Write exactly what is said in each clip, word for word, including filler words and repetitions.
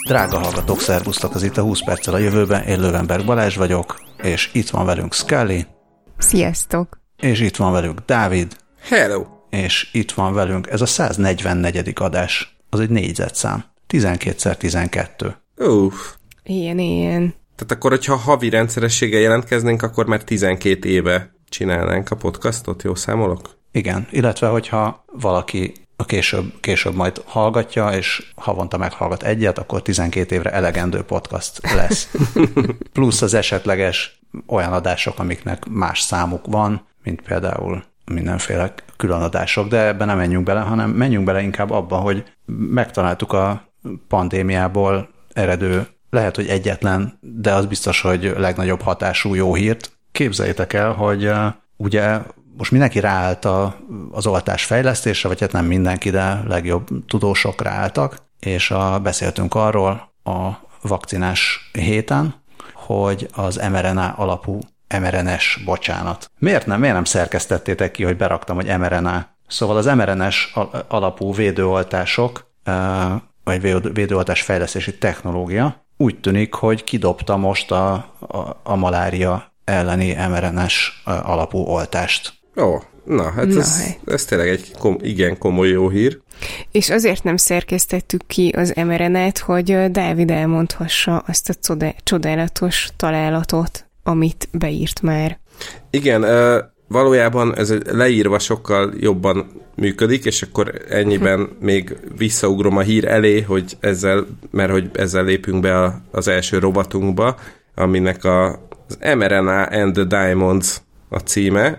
Drága hallgatók, szervusztok, az itt a húsz perccel a jövőben, én Löwenberg Balázs vagyok, és itt van velünk Scully. Sziasztok! És itt van velünk Dávid. Hello! És itt van velünk, ez a száznegyvennegyedik adás, az egy négyzetszám, tizenkétszer tizenkettő. Uff. Ilyen, ilyen. Tehát akkor, hogyha havi rendszerességgel jelentkeznénk, akkor már tizenkét éve csinálnánk a podcastot, jó számolok? Igen, illetve hogyha valaki a később, később majd hallgatja, és havonta meghallgat egyet, akkor tizenkét évre elegendő podcast lesz. Plusz az esetleges olyan adások, amiknek más számuk van, mint például mindenféle külön adások, de ebben nem menjünk bele, hanem menjünk bele inkább abba, hogy megtaláltuk a pandémiából eredő, lehet, hogy egyetlen, de az biztos, hogy legnagyobb hatású jó hírt. Képzeljétek el, hogy uh, ugye most mindenki ráállt a, az oltás fejlesztésre, vagy hát nem mindenki, de legjobb tudósok ráálltak, és a, beszéltünk arról a vakcinás héten, hogy az em er en á alapú, em er en es, bocsánat. Miért nem? Miért nem szerkesztettétek ki, hogy beraktam, hogy em er en á? Szóval az em er en es alapú védőoltások, vagy védőoltás fejlesztési technológia úgy tűnik, hogy kidobta most a, a, a malária elleni em er en es alapú oltást. Ó, na, hát na, ez, hát. ez tényleg egy kom, igen komoly jó hír. És azért nem szerkesztettük ki az em er en á-t, hogy Dávid elmondhassa azt a codá- csodálatos találatot, amit beírt már. Igen, valójában ez leírva sokkal jobban működik, és akkor ennyiben még visszaugrom a hír elé, hogy ezzel, mert hogy ezzel lépünk be az első rovatunkba, aminek a, az em er en á and the Diamonds a címe,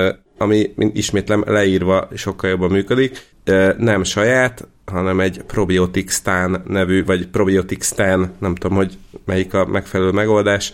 ami ismétlem leírva sokkal jobban működik. Nem saját, hanem egy Probiotic Stan nevű, vagy Probiotic Stan, nem tudom, hogy melyik a megfelelő megoldás.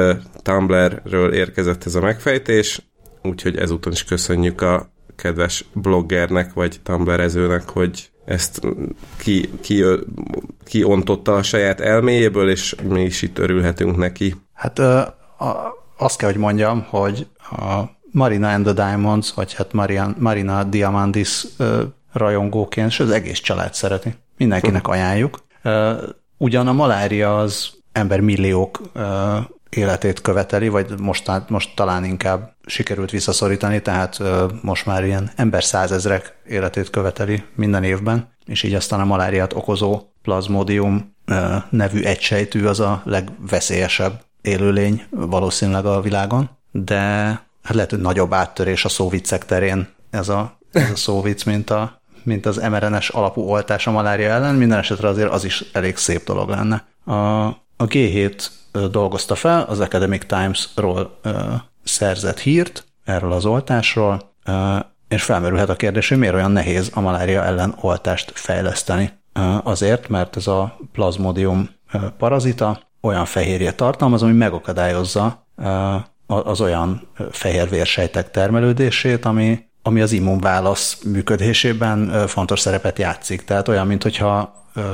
Tumblrről érkezett ez a megfejtés, úgyhogy ezúton is köszönjük a kedves bloggernek, vagy tumblerezőnek, hogy ezt ki, ki, kiontotta a saját elméjéből, és mi is itt örülhetünk neki. Hát ö, a, azt kell, hogy mondjam, hogy a Marina and the Diamonds, vagy hát Marian, Marina Diamandis ö, rajongóként, és az egész család szereti. Mindenkinek ajánljuk. Ö, ugyan a malária az embermilliók ö, életét követeli, vagy most, most talán inkább sikerült visszaszorítani, tehát ö, most már ilyen ember százezrek életét követeli minden évben, és így aztán a maláriát okozó plazmodium ö, nevű egysejtű az a legveszélyesebb élőlény valószínűleg a világon, de hát lehet, hogy nagyobb áttörés a szóviccek terén ez a, ez a szóvic, mint, a, mint az em er en es alapú oltás a malária ellen, minden esetre azért az is elég szép dolog lenne. A, a gé hét dolgozta fel az Academic Times-ról ö, szerzett hírt erről az oltásról, ö, és felmerülhet a kérdés, hogy miért olyan nehéz a malária ellen oltást fejleszteni. Ö, azért, mert ez a plazmodium ö, parazita olyan fehérjét tartalmaz, ami megakadályozza ö, az olyan fehérvérsejtek termelődését, ami, ami az immunválasz működésében ö, fontos szerepet játszik. Tehát olyan, mintha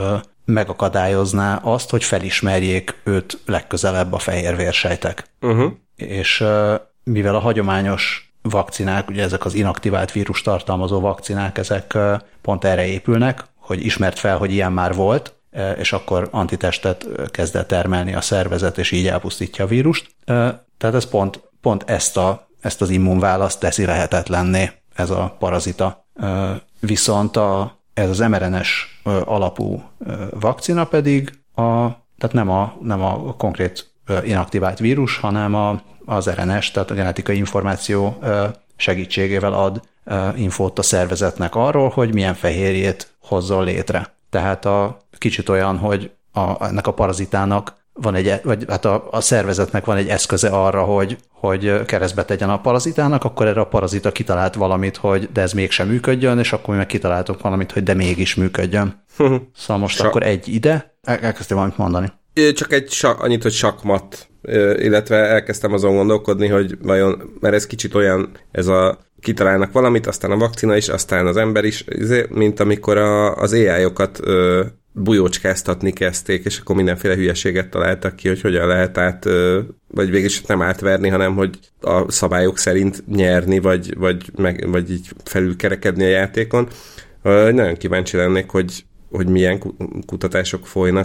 megakadályozná azt, hogy felismerjék őt legközelebb a fehérvérsejtek. Uh-huh. És mivel a hagyományos vakcinák, ugye ezek az inaktivált vírus tartalmazó vakcinák, ezek pont erre épülnek, hogy ismert fel, hogy ilyen már volt, és akkor antitestet kezd el termelni a szervezet, és így elpusztítja a vírust. Tehát ez pont, pont ezt, a, ezt az immunválaszt teszi lehetetlenné, ez a parazita. Viszont a ez az em er en es alapú vakcina pedig a, tehát nem a, nem a konkrét inaktivált vírus, hanem a, az er en es, tehát a genetikai információ segítségével ad infót a szervezetnek arról, hogy milyen fehérjét hozzon létre. Tehát a kicsit olyan, hogy a, ennek a parazitának van egy, vagy hát a, a szervezetnek van egy eszköze arra, hogy, hogy keresztbe tegyen a parazitának, akkor erre a parazita kitalált valamit, hogy de ez mégsem működjön, és akkor mi meg kitaláltunk valamit, hogy de mégis működjön. Szóval most Sa- akkor egy ide, el- elkezdtem valamit mondani. Csak egy sa- annyit, hogy sakmat, illetve elkezdtem azon gondolkodni, hogy vajon, mert ez kicsit olyan, ez a kitalálnak valamit, aztán a vakcina is, aztán az ember is, mint amikor a, az á í-okat bujócskáztatni kezdték, és akkor mindenféle hülyeséget találtak ki, hogy hogyan lehet át, vagy végülis nem átverni, hanem hogy a szabályok szerint nyerni, vagy, vagy, meg, vagy így felülkerekedni a játékon. Nagyon kíváncsi lennék, hogy, hogy milyen kutatások folynak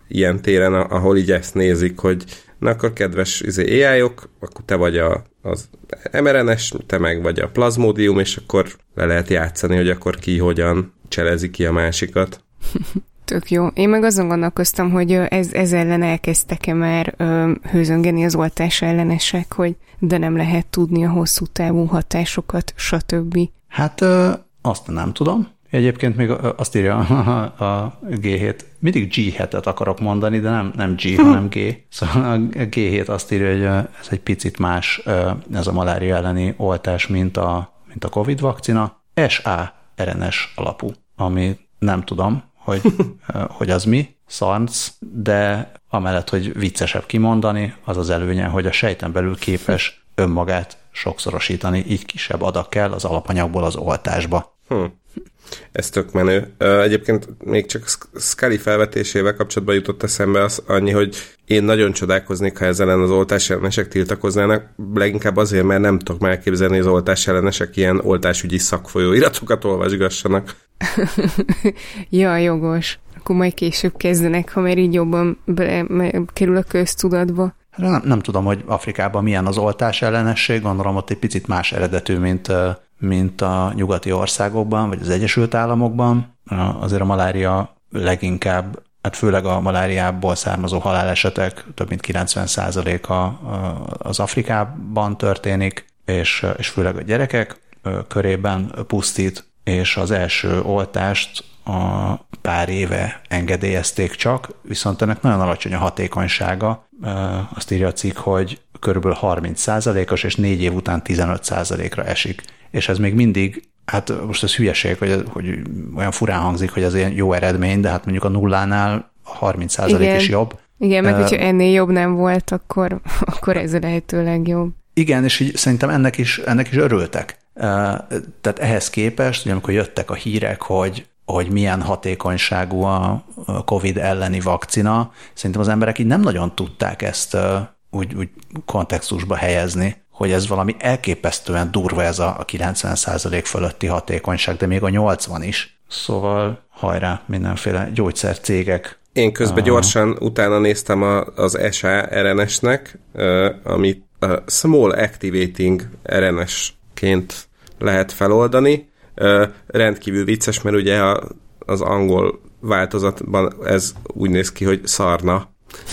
ilyen téren, ahol így ezt nézik, hogy na akkor kedves izé, á í-ok, akkor te vagy a, az em er en es, te meg vagy a plazmódium, és akkor le lehet játszani, hogy akkor ki hogyan cselezi ki a másikat. Tök jó. Én meg azon gondolkoztam, hogy ez, ez ellen elkezdtek-e már ö, hőzöngeni az oltás ellenesek, hogy de nem lehet tudni a hosszú távú hatásokat, stb. Hát ö, azt nem tudom. Egyébként még azt írja a gé hét, mindig gé hetet akarok mondani, de nem, nem G, hanem G. Szóval a gé hét azt írja, hogy ez egy picit más, ez a malária elleni oltás, mint a, mint a Covid vakcina. es á er en es alapú, ami nem tudom, hogy, hogy az mi, szarnc, de amellett, hogy viccesebb kimondani, az az előnye, hogy a sejten belül képes önmagát sokszorosítani, így kisebb adag kell az alapanyagból az oltásba. Hm. Ez tök menő. Egyébként még csak Scully felvetésével kapcsolatban jutott eszembe az annyi, hogy én nagyon csodálkoznék, ha ezzel ellen az oltás ellenesek tiltakoznának, leginkább azért, mert nem tudok már elképzelni, az oltás ellenesek ilyen oltásügyi szakfolyóiratokat olvasgassanak. Ja, jogos. Akkor majd később kezdenek, ha már így jobban kerül a köztudatba. Nem, nem tudom, hogy Afrikában milyen az oltás ellenesség, gondolom ott egy picit más eredetű, mint, mint a nyugati országokban, vagy az Egyesült Államokban. Azért a malária leginkább, hát főleg a maláriából származó halálesetek több mint kilencven százaléka az Afrikában történik, és, és főleg a gyerekek körében pusztít, és az első oltást a pár éve engedélyezték csak, viszont ennek nagyon alacsony a hatékonysága. Azt írja a cikk, hogy körülbelül harminc százalékos, és négy év után tizenöt százalékra esik. És ez még mindig, hát most ez hülyeség, hogy, hogy olyan furán hangzik, hogy ez ilyen jó eredmény, de hát mondjuk a nullánál harminc százalék is jobb. Igen, meg uh, hogyha ennél jobb nem volt, akkor, akkor ez a lehető legjobb. Igen, és így szerintem ennek is, ennek is örültek. Uh, tehát ehhez képest, ugye amikor jöttek a hírek, hogy hogy milyen hatékonyságú a Covid elleni vakcina, szerintem az emberek így nem nagyon tudták ezt uh, úgy, úgy kontextusba helyezni, hogy ez valami elképesztően durva ez a kilencven százalék fölötti hatékonyság, de még a nyolcvan is. Szóval hajrá, mindenféle gyógyszercégek. Én közben uh, gyorsan utána néztem a, az es á er en es-nek, uh, amit uh, Small Activating er en es-ként lehet feloldani. Uh, rendkívül vicces, mert ugye a, az angol változatban ez úgy néz ki, hogy szarna.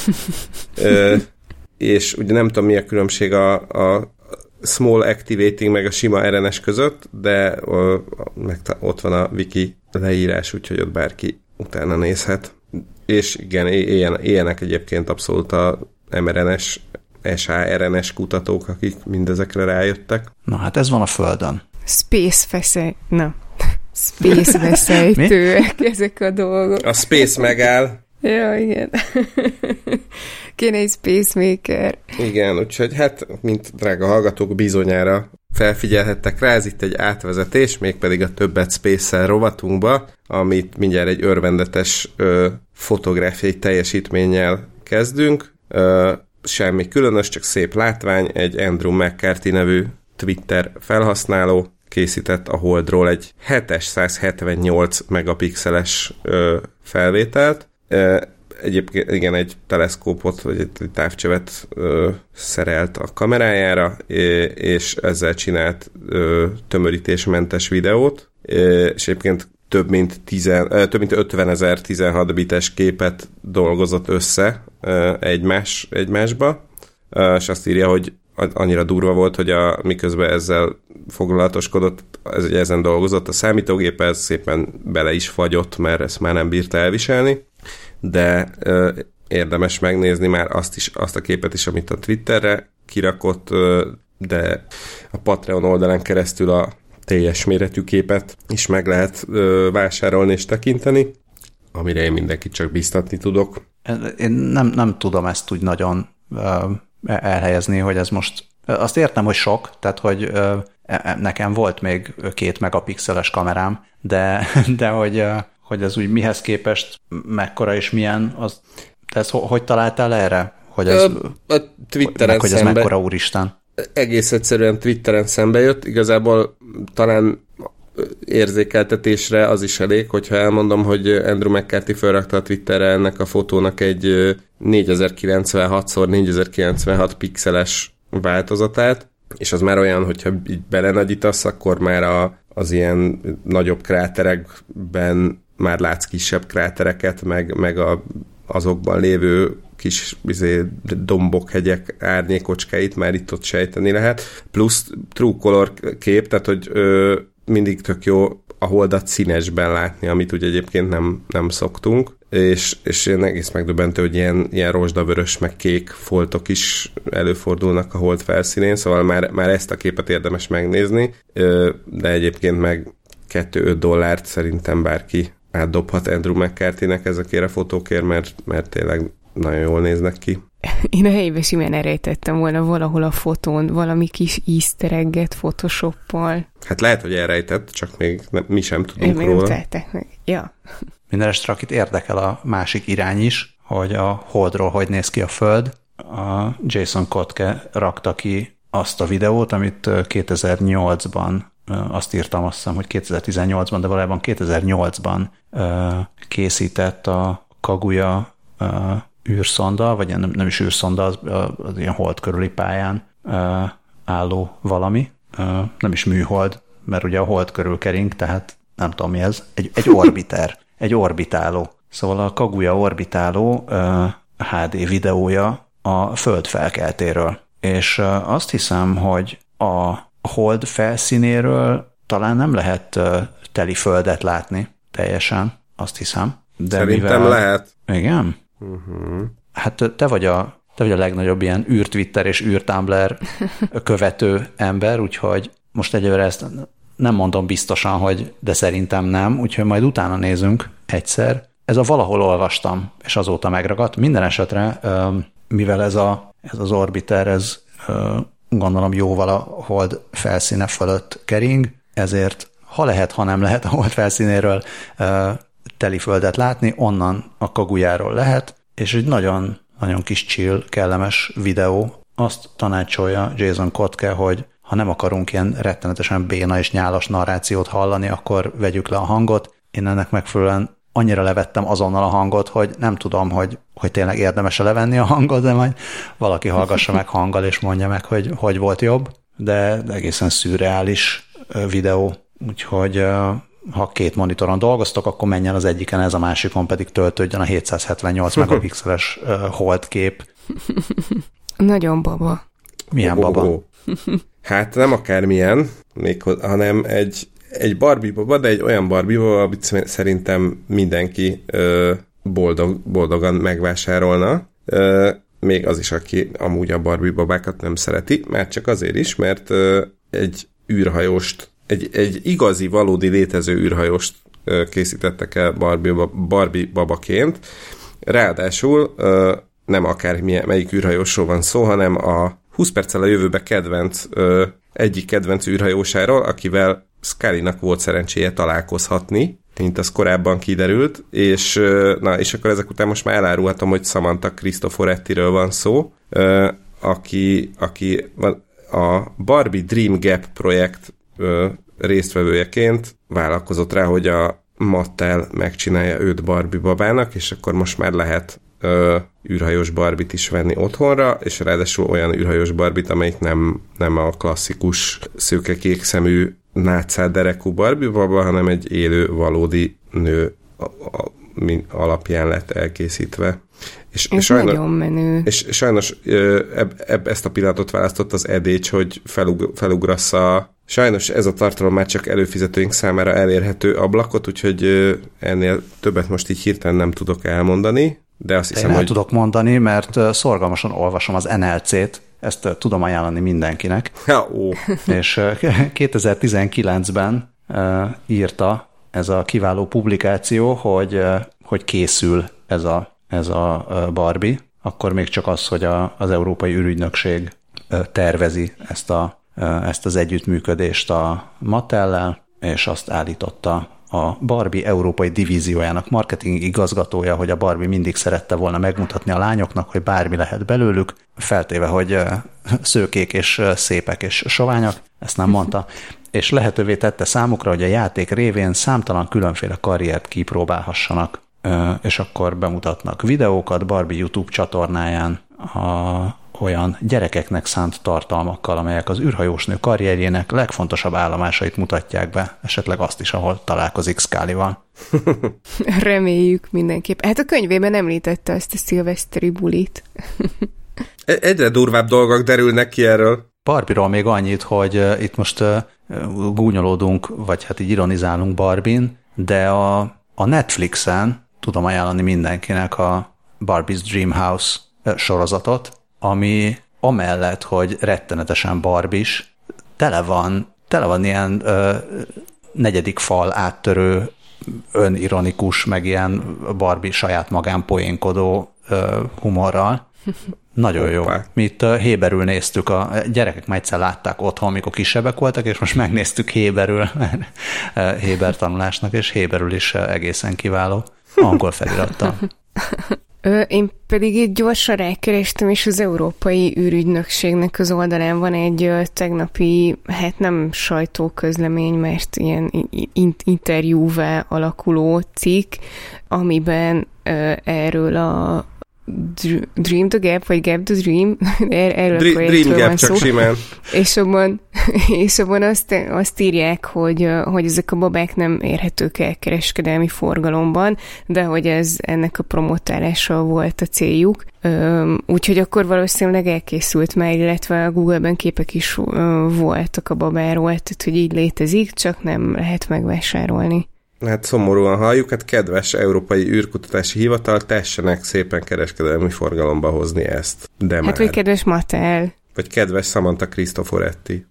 uh, és ugye nem tudom, mi a különbség a, a Small Activating meg a sima er en es között, de uh, meg ott van a wiki leírás, úgyhogy ott bárki utána nézhet. És igen, ilyen, ilyenek egyébként abszolút a em er en es, es á er en es kutatók, akik mindezekre rájöttek. Na hát ez van a Földön. Space feszej... Na. Space veszejtőek ezek a dolgok. A Space megáll. Ja, igen. Kéne egy Spacemaker. Igen, úgyhogy hát, mint drága hallgatók bizonyára felfigyelhettek rá, ez itt egy átvezetés, mégpedig a Többet Space-szel rovatunkba, amit mindjárt egy örvendetes ö, fotográfiai teljesítménnyel kezdünk. Ö, semmi különös, csak szép látvány, egy Andrew McCarthy nevű Twitter felhasználó készített a Holdról egy hétszázhetvennyolc megapixeles ö, felvételt. Ö, egyébként igen, egy teleszkópot, vagy egy távcsövet ö, szerelt a kamerájára, és ezzel csinált ö, tömörítésmentes videót, ö, és egyébként több mint, tizen, ö, több mint ötvenezer tizenhat bites képet dolgozott össze ö, egymás, egymásba, ö, és azt írja, hogy annyira durva volt, hogy a, miközben ezzel foglalatoskodott, ez, ezen dolgozott a számítógép, ez szépen bele is fagyott, mert ezt már nem bírta elviselni, de ö, érdemes megnézni már azt, is, azt a képet is, amit a Twitterre kirakott, ö, de a Patreon oldalán keresztül a teljes méretű képet is meg lehet ö, vásárolni és tekinteni, amire én mindenkit csak biztatni tudok. Én nem, nem tudom ezt úgy nagyon ö, elhelyezni, hogy ez most... Azt értem, hogy sok, tehát hogy ö, nekem volt még két megapixeles kamerám, de, de hogy, ö, hogy ez úgy mihez képest mekkora és milyen, az, te ezt hogy találtál erre? Hogy ez, a Twitteren hogy ez mekkora úristen? Egész egyszerűen Twitteren szembe jött, igazából talán érzékeltetésre az is elég, hogyha elmondom, hogy Andrew McCarthy felrakta a Twitterre ennek a fotónak egy négyezer-kilencvenhat szor négyezer-kilencvenhat pixeles változatát, és az már olyan, hogyha így belenagyítasz, akkor már a, az ilyen nagyobb kráterekben már látsz kisebb krátereket, meg, meg a, azokban lévő kis izé, dombok, hegyek árnyékocskáit már itt ott sejteni lehet. Plusz true color kép, tehát hogy ö, mindig tök jó a holdat színesben látni, amit ugye egyébként nem, nem szoktunk, és, és én egész megdöbbentő, hogy ilyen, ilyen rozsdavörös, meg kék foltok is előfordulnak a hold felszínén, szóval már, már ezt a képet érdemes megnézni, de egyébként meg kettő-öt dollárt szerintem bárki átdobhat Andrew McCarthy-nek ezekért a fotókért, mert, mert tényleg nagyon jól néznek ki. Én a helyben simán elrejtettem volna valahol a fotón valami kis easter egget photoshoppal. Hát lehet, hogy elrejtett, csak még nem, mi sem tudunk Én róla. Még meg. Ja. Mindenesetre, akit érdekel a másik irány is, hogy a Holdról hogy néz ki a Föld, a Jason Kotke rakta ki azt a videót, amit kétezer-nyolcban, azt írtam, azt hiszem, hogy kétezer-tizennyolcban, de valójában kétezer-nyolcban készített a Kaguya űrszonda, vagy nem, nem is űrszonda, az, az ilyen hold körüli pályán álló valami, nem is műhold, mert ugye a hold körül kering, tehát nem tudom mi ez, egy, egy orbiter, egy orbitáló. Szóval a Kaguya orbitáló há dé videója a Föld felkeltéről. És azt hiszem, hogy a hold felszínéről talán nem lehet teli földet látni teljesen, azt hiszem. De szerintem mivel... lehet. Igen? Uh-huh. Hát te vagy a te vagy a legnagyobb ilyen űr-Twitter és űr-Tumblr követő ember, úgyhogy most egyelőre ezt nem mondom biztosan, hogy de szerintem nem, úgyhogy majd utána nézünk egyszer. Ez a valahol olvastam, és azóta megragadt. Minden esetre, mivel ez, a, ez az orbiter, ez gondolom jóval a hold felszíne fölött kering, ezért ha lehet, ha nem lehet a hold felszínéről teli földet látni, onnan a Kaguyáról lehet, és egy nagyon, nagyon kis chill, kellemes videó. Azt tanácsolja Jason Kotke, hogy ha nem akarunk ilyen rettenetesen béna és nyálas narrációt hallani, akkor vegyük le a hangot. Én ennek megfelelően annyira levettem azonnal a hangot, hogy nem tudom, hogy, hogy tényleg érdemes-e levenni a hangot, de majd valaki hallgassa meg hanggal, és mondja meg, hogy hogy volt jobb. De, de egészen szürreális videó, úgyhogy ha két monitoron dolgoztok, akkor menjen az egyiken, ez a másikon pedig töltődjön a hétszázhetvennyolc megapixeles hold kép. Nagyon baba. Milyen oh, oh, baba? Oh. Hát nem akármilyen, még, hanem egy, egy Barbie baba, de egy olyan Barbie baba, amit szerintem mindenki ö, boldog, boldogan megvásárolna. Ö, még az is, aki amúgy a Barbie babákat nem szereti, már csak azért is, mert ö, egy űrhajóst Egy, egy igazi, valódi létező űrhajóst készítettek el Barbie, Barbie babaként. Ráadásul nem akár melyik űrhajósról van szó, hanem a húsz perccel a jövőbe kedvenc, egyik kedvenc űrhajósáról, akivel Scully-nak volt szerencséje találkozhatni, mint az korábban kiderült, és, na, és akkor ezek után most már elárulhatom, hogy Samantha Cristoforettiről van szó, aki, aki a Barbie Dream Gap projekt résztvevőjeként vállalkozott rá, hogy a Mattel megcsinálja őt Barbie babának, és akkor most már lehet ö, űrhajós Barbit is venni otthonra, és ráadásul olyan űrhajós Barbit, amelyik nem, nem a klasszikus szőke-kék szemű nátszáderekú Barbie baba, hanem egy élő, valódi nő a, a, min, alapján lett elkészítve. És, Ez és sajnos, nagyon menő. És sajnos eb, eb, ezt a pillanatot választott az edécs, hogy felug, felugrassza. Sajnos ez a tartalom már csak előfizetőink számára elérhető ablakot, úgyhogy ennél többet most így hirtelen nem tudok elmondani, de azt hiszem, Én el hogy... tudok mondani, mert szorgalmasan olvasom az en el cét, ezt tudom ajánlani mindenkinek. Ja, ó. És kétezer-tizenkilencben írta ez a kiváló publikáció, hogy, hogy készül ez a, ez a Barbie, akkor még csak az, hogy a, az Európai űrügynökség tervezi ezt, a, ezt az együttműködést a Mattellel, és azt állította a Barbie európai divíziójának marketing igazgatója, hogy a Barbie mindig szerette volna megmutatni a lányoknak, hogy bármi lehet belőlük, feltéve, hogy szőkék és szépek és soványak, ezt nem mondta. és lehetővé tette számukra, hogy a játék révén számtalan különféle karriert kipróbálhassanak. És akkor bemutatnak videókat Barbie YouTube csatornáján a, olyan gyerekeknek szánt tartalmakkal, amelyek az űrhajósnő karrierjének legfontosabb állomásait mutatják be, esetleg azt is, ahol találkozik Scully-val. Reméljük mindenképp. Hát a könyvében említette azt a szilveszteri bulit. Egyre durvább dolgok derülnek ki erről. Barbie-ról még annyit, hogy uh, itt most uh, gúnyolódunk, vagy hát így ironizálunk Barbie-n, de a, a Netflixen tudom ajánlani mindenkinek a Barbie's Dream House sorozatot, ami amellett, hogy rettenetesen Barbie-s, tele van, tele van ilyen ö, negyedik fal áttörő, önironikus, meg ilyen Barbie saját magán poénkodó ö, humorral. Nagyon jó. Mi itt uh, héberül néztük, a gyerekek már egyszer látták otthon, amikor kisebbek voltak, és most megnéztük héberül, uh, héber tanulásnak, és héberül is uh, egészen kiváló. Angol felirattal. Én pedig itt gyorsan rákerestem, és az Európai űrügynökségnek az oldalán van egy tegnapi, hát nem sajtóközlemény, mert ilyen interjúvá alakuló cikk, amiben erről a Dream the Gap, vagy Gap the Dream, er, erről Dream, a projektről Dream van Gap, szó. Csak simán. És abban, és abban azt, azt írják, hogy, hogy ezek a babák nem érhetők el kereskedelmi forgalomban, de hogy ez ennek a promotálása volt a céljuk. Úgyhogy akkor valószínűleg elkészült már, illetve a Google-ben képek is voltak a babáról, tehát hogy így létezik, csak nem lehet megvásárolni. Hát szomorúan halljuk, hát kedves Európai űrkutatási hivatal, tessenek szépen kereskedelmi forgalomba hozni ezt. De hát, már. vagy kedves Mattel. Vagy kedves Samantha Cristoforetti.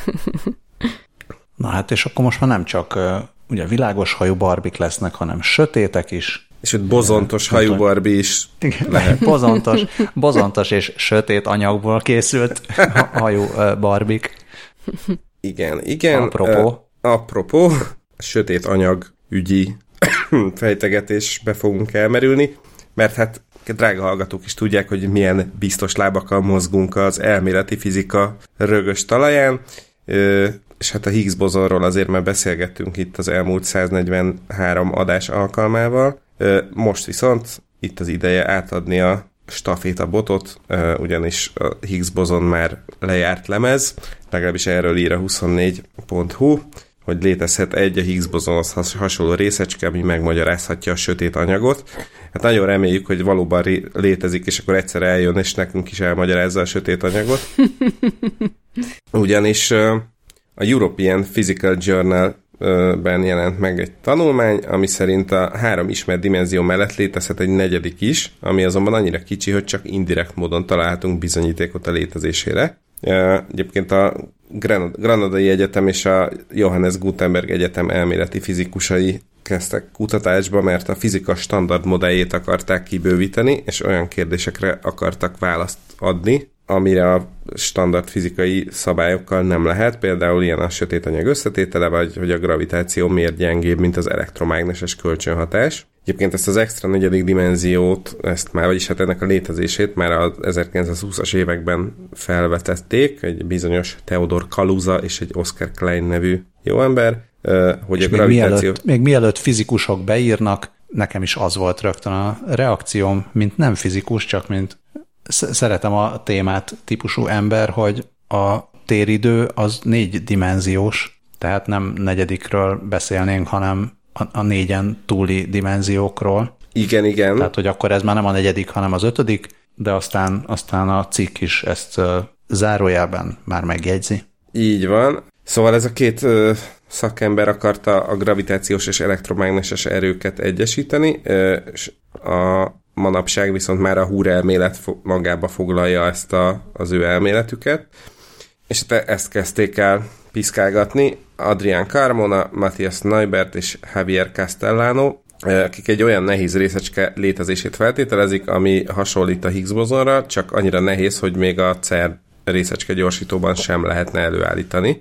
Na hát, és akkor most már nem csak uh, ugye világos hajú barbik lesznek, hanem sötétek is. És ott bozontos hajú Barbie is lehet. Bozontos, bozontos és sötét anyagból készült hajú uh, barbik. Igen, igen. Apropó. Uh, apropó, sötét anyag ügyi fejtegetésbe fogunk elmerülni, mert hát drága hallgatók is tudják, hogy milyen biztos lábakkal mozgunk az elméleti fizika rögös talaján, és hát a Higgs bozonról azért már beszélgettünk itt az elmúlt száznegyvenhárom adás alkalmával. Most viszont itt az ideje átadni a stafétabotot, ugyanis a Higgs bozon már lejárt lemez, legalábbis erről ír a huszonnégy pont hu, hogy létezhet egy a Higgs bozonhoz hasonló részecske, ami megmagyarázhatja a sötét anyagot. Hát nagyon reméljük, hogy valóban ré- létezik, és akkor egyszer eljön, és nekünk is elmagyarázza a sötét anyagot. Ugyanis a European Physical Journal-ben jelent meg egy tanulmány, ami szerint a három ismert dimenzió mellett létezhet egy negyedik is, ami azonban annyira kicsi, hogy csak indirekt módon találhatunk bizonyítékot a létezésére. Egyébként a Granadai Egyetem és a Johannes Gutenberg Egyetem elméleti fizikusai kezdtek kutatásba, mert a fizika standard modelljét akarták kibővíteni, és olyan kérdésekre akartak választ adni, amire a standard fizikai szabályokkal nem lehet, például ilyen a sötét anyag összetétele, vagy hogy a gravitáció miért gyengébb, mint az elektromágneses kölcsönhatás. Egyébként ezt az extra negyedik dimenziót, ezt már, vagyis hát ennek a létezését már az ezerkilencszázhúszas években felvetették, egy bizonyos Theodor Kaluza és egy Oscar Klein nevű jó ember, hogy és a még gravitáció... Mielőtt, még mielőtt fizikusok beírnak, nekem is az volt rögtön a reakcióm, mint nem fizikus, csak mint szeretem a témát típusú ember, hogy a téridő az négy dimenziós, tehát nem negyedikről beszélnénk, hanem a, a négyen túli dimenziókról. Igen, igen. Tehát, hogy akkor ez már nem a negyedik, hanem az ötödik, de aztán, aztán a cikk is ezt uh, zárójában már megjegyzi. Így van. Szóval ez a két uh, szakember akarta a gravitációs és elektromágneses erőket egyesíteni, uh, és a manapság viszont már a Húr elmélet magába foglalja ezt a, az ő elméletüket, és ezt kezdték el piszkálgatni Adrián Carmona, Matthias Neubert és Javier Castellano, akik egy olyan nehéz részecske létezését feltételezik, ami hasonlít a Higgs bozonra, csak annyira nehéz, hogy még a CERN részecske gyorsítóban sem lehetne előállítani.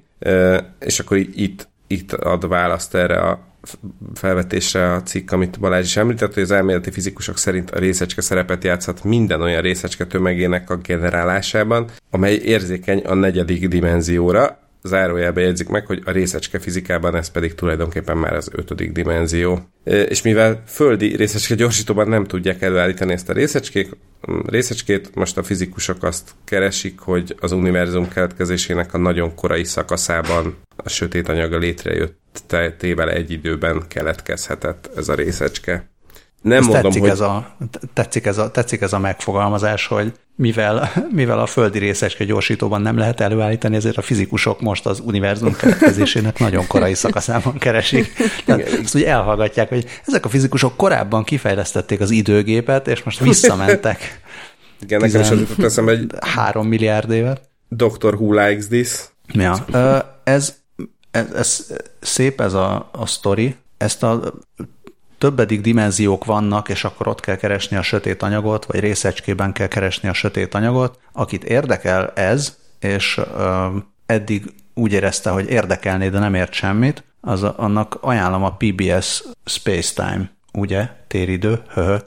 És akkor itt, itt ad választ erre a felvetésre a cikk, amit Balázs is említett, hogy az elméleti fizikusok szerint a részecske szerepet játszhat minden olyan részecske tömegének a generálásában, amely érzékeny a negyedik dimenzióra, zárójelbe jegyzik meg, hogy a részecske fizikában ez pedig tulajdonképpen már az ötödik dimenzió. És mivel földi részecske gyorsítóban nem tudják előállítani ezt a részecskét, részecskét, most a fizikusok azt keresik, hogy az univerzum keletkezésének a nagyon korai szakaszában a sötét anyaga létrejöttével egy időben keletkezhetett ez a részecske. Nem ez mondom, tetszik, hogy... ez a, tetszik, ez a, tetszik ez a megfogalmazás, hogy mivel, mivel a földi részecske gyorsítóban nem lehet előállítani, ezért a fizikusok most az univerzum keletkezésének nagyon korai szakaszában keresik. Tehát ezt úgy elhallgatják, hogy ezek a fizikusok korábban kifejlesztették az időgépet, és most visszamentek. Igen, nekem is az jutott eszembe, hogy... Három milliárd évet. Doctor Who likes this. Ja, ez, ez, ez szép ez a, a sztori. Ezt a többedik dimenziók vannak, és akkor ott kell keresni a sötét anyagot, vagy részecskében kell keresni a sötét anyagot. Akit érdekel ez, és ö, eddig úgy érezte, hogy érdekelné, de nem ért semmit, az a, annak ajánlom a pé bé es Spacetime, ugye, téridő, höhö,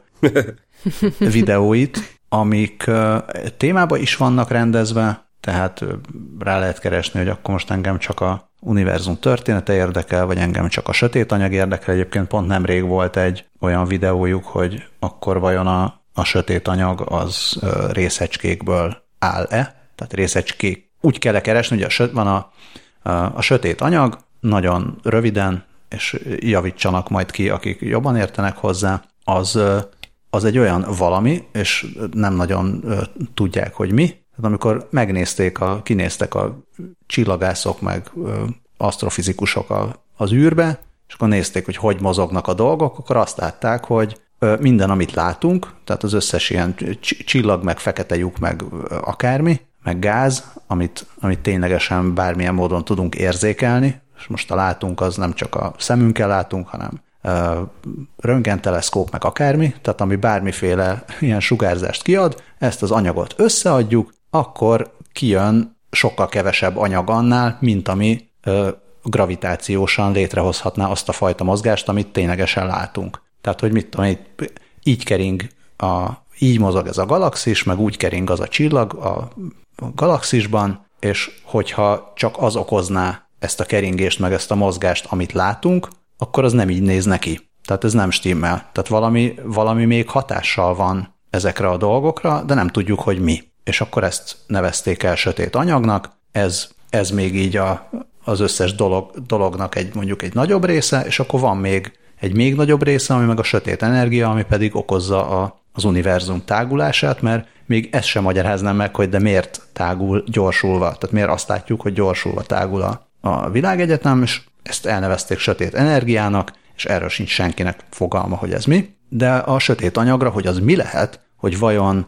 videóit, amik ö, témában is vannak rendezve, tehát ö, rá lehet keresni, hogy akkor most engem csak a univerzum története érdekel, vagy engem csak a sötét anyag érdekel. Egyébként pont nemrég volt egy olyan videójuk, hogy akkor vajon a, a sötét anyag az ö, részecskékből áll-e? Tehát részecskék. Úgy kell keresni, hogy a söt, van a, a, a sötét anyag, nagyon röviden, és javítsanak majd ki, akik jobban értenek hozzá, az, az egy olyan valami, és nem nagyon ö, tudják, hogy mi. Tehát amikor megnézték, a, kinéztek a csillagászok, meg ö, asztrofizikusok a, az űrbe, és akkor nézték, hogy hogy mozognak a dolgok, akkor azt látták, hogy ö, minden, amit látunk, tehát az összes ilyen csillag, meg fekete lyuk, meg ö, akármi, meg gáz, amit, amit ténylegesen bármilyen módon tudunk érzékelni, és most a látunk, az nem csak a szemünkkel látunk, hanem ö, röntgenteleszkóp, meg akármi, tehát ami bármiféle ilyen sugárzást kiad, ezt az anyagot összeadjuk, akkor kijön sokkal kevesebb anyag annál, mint ami ö, gravitációsan létrehozhatná azt a fajta mozgást, amit ténylegesen látunk. Tehát, hogy mit tudom, így kering, a, így mozog ez a galaxis, meg úgy kering az a csillag a, a galaxisban, és hogyha csak az okozná ezt a keringést, meg ezt a mozgást, amit látunk, akkor az nem így néz neki. Tehát ez nem stimmel. Tehát valami, valami még hatással van ezekre a dolgokra, de nem tudjuk, hogy mi. És akkor ezt nevezték el sötét anyagnak, ez, ez még így a, az összes dolog, dolognak egy, mondjuk egy nagyobb része, és akkor van még egy még nagyobb része, ami meg a sötét energia, ami pedig okozza a, az univerzum tágulását, mert még ezt sem magyaráznám meg, hogy de miért tágul gyorsulva, tehát miért azt látjuk, hogy gyorsulva tágul a, a világegyetem, és ezt elnevezték sötét energiának, és erről sincs senkinek fogalma, hogy ez mi, de a sötét anyagra, hogy az mi lehet, hogy vajon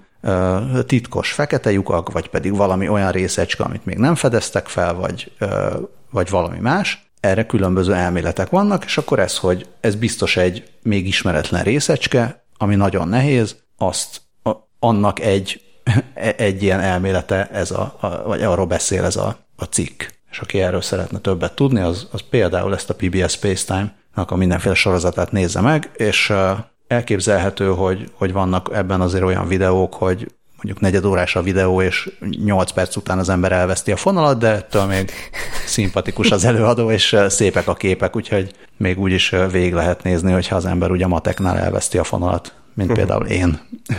titkos fekete lyukak, vagy pedig valami olyan részecske, amit még nem fedeztek fel, vagy, vagy valami más. Erre különböző elméletek vannak, és akkor ez, hogy ez biztos egy még ismeretlen részecske, ami nagyon nehéz, azt a, annak egy, egy ilyen elmélete, ez a, a, vagy arról beszél ez a, a cikk. És aki erről szeretne többet tudni, az, az például ezt a pé bé es Spacetime-nak a mindenféle sorozatát nézze meg, és elképzelhető, hogy, hogy vannak ebben azért olyan videók, hogy mondjuk negyedórás a videó, és nyolc perc után az ember elveszti a fonalat, de ettől még szimpatikus az előadó, és szépek a képek, úgyhogy még úgy is végig lehet nézni, hogyha az ember ugye a mateknál elveszti a fonalat, mint például én.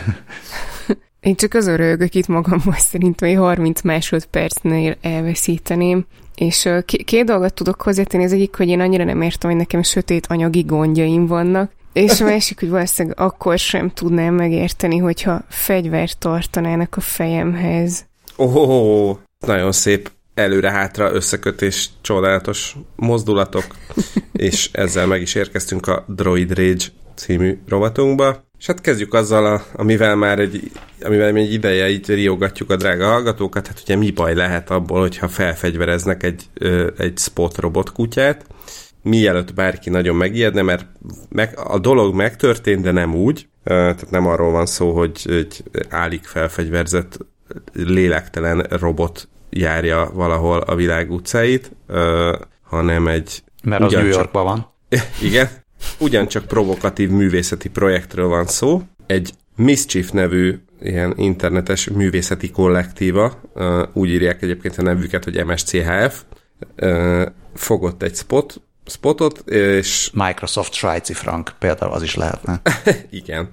Én csak azon röhögök itt magammal, szerintem, hogy harminc másodpercnél elveszíteném, és két dolgot tudok hozzátenni, az egyik, hogy én annyira nem értem, hogy nekem sötét anyagi gondjaim vannak, és a másik, hogy valószínűleg akkor sem tudnám megérteni, hogyha fegyvert tartanának a fejemhez. Oh, nagyon szép előre-hátra összekötés, csodálatos mozdulatok, és ezzel meg is érkeztünk a Droid Rage című rovatunkba. És hát kezdjük azzal, a, amivel már egy, amivel egy ideje így riogatjuk a drága hallgatókat, hát ugye mi baj lehet abból, hogyha felfegyvereznek egy, egy spot robotkutyát, mielőtt bárki nagyon megijedne, mert meg, a dolog megtörtént, de nem úgy, tehát nem arról van szó, hogy egy állig felfegyverzett lélektelen robot járja valahol a világ utcáit, hanem egy... Mert az New Yorkban van. Igen, ugyancsak provokatív művészeti projektről van szó. Egy Mischief nevű ilyen internetes művészeti kollektíva, úgy írják egyébként a nevüket, hogy em es cé há ef, ö, fogott egy spot, spotot, és... Microsoft svájci frank, például az is lehetne. Igen.